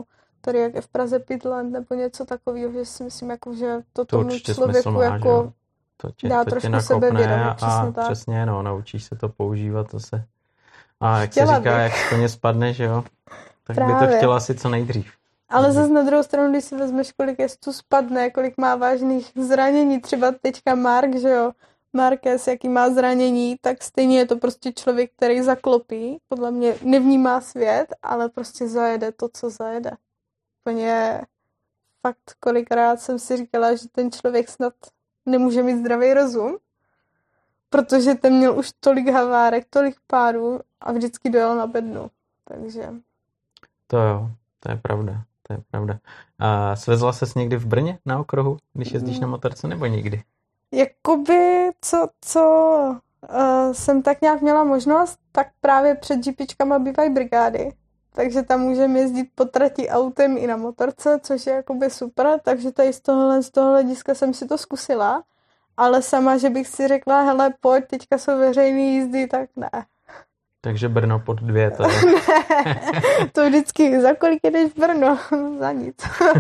tady jak je v Praze Pitland nebo něco takového, že si myslím, jako, že to tomu určitě člověku smysl má, jako dá to trošku tě sebevědomí, a přesně tak. přesně, no, naučíš se to používat zase. A jak Chtěla se říká, bych. jak z koně spadne, že jo, tak by Právě. to chtěla asi co nejdřív. Ale zase na druhou stranu, když si vezmeš, kolik jezdců spadne, kolik má vážných zranění, třeba teďka Mark, že jo, Marquez, jaký má zranění, tak stejně je to prostě člověk, který zaklopí, podle mě nevnímá svět, ale prostě zajede to, co zajede. Úplně fakt kolikrát jsem si říkala, že ten člověk snad nemůže mít zdravý rozum, protože ten měl už tolik havárek, tolik pádů a vždycky dojel na bednu. Takže... To jo, to je pravda. A svezla ses někdy v Brně na okruhu, když jezdíš na motorce, nebo nikdy? Jakoby, co jsem tak nějak měla možnost, tak právě před GPčkama bývají brigády. Takže tam můžeme jezdit po trati autem i na motorce, což je jakoby super, takže tady z tohohle hlediska jsem si to zkusila, ale sama, že bych si řekla, hele, pojď, teďka jsou veřejný jízdy, tak ne. Takže Brno pod 2, to je. Ne, to vždycky, za kolik jedeš v Brno? Za nic.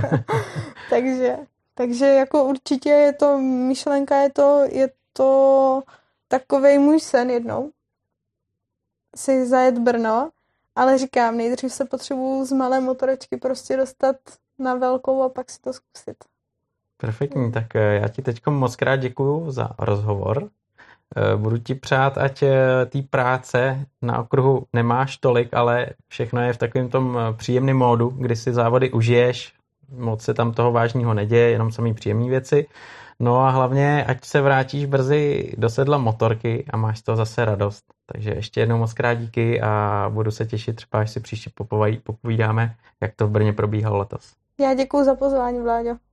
takže jako určitě je to myšlenka, je to takovej můj sen jednou. Si zajet Brno, ale říkám, nejdřív se potřebuju z malé motorečky prostě dostat na velkou a pak si to zkusit. Perfektní, tak já ti teď moc krát děkuju za rozhovor. Budu ti přát, ať té práce na okruhu nemáš tolik, ale všechno je v takovém tom příjemném módu, kdy si závody užiješ, moc se tam toho vážného neděje, jenom samý příjemné věci. No a hlavně, ať se vrátíš brzy do sedla motorky a máš z toho zase radost. Takže ještě jednou moc krát díky a budu se těšit třeba, až si příště popovídáme, jak to v Brně probíhalo letos. Já děkuju za pozvání, Vláďo.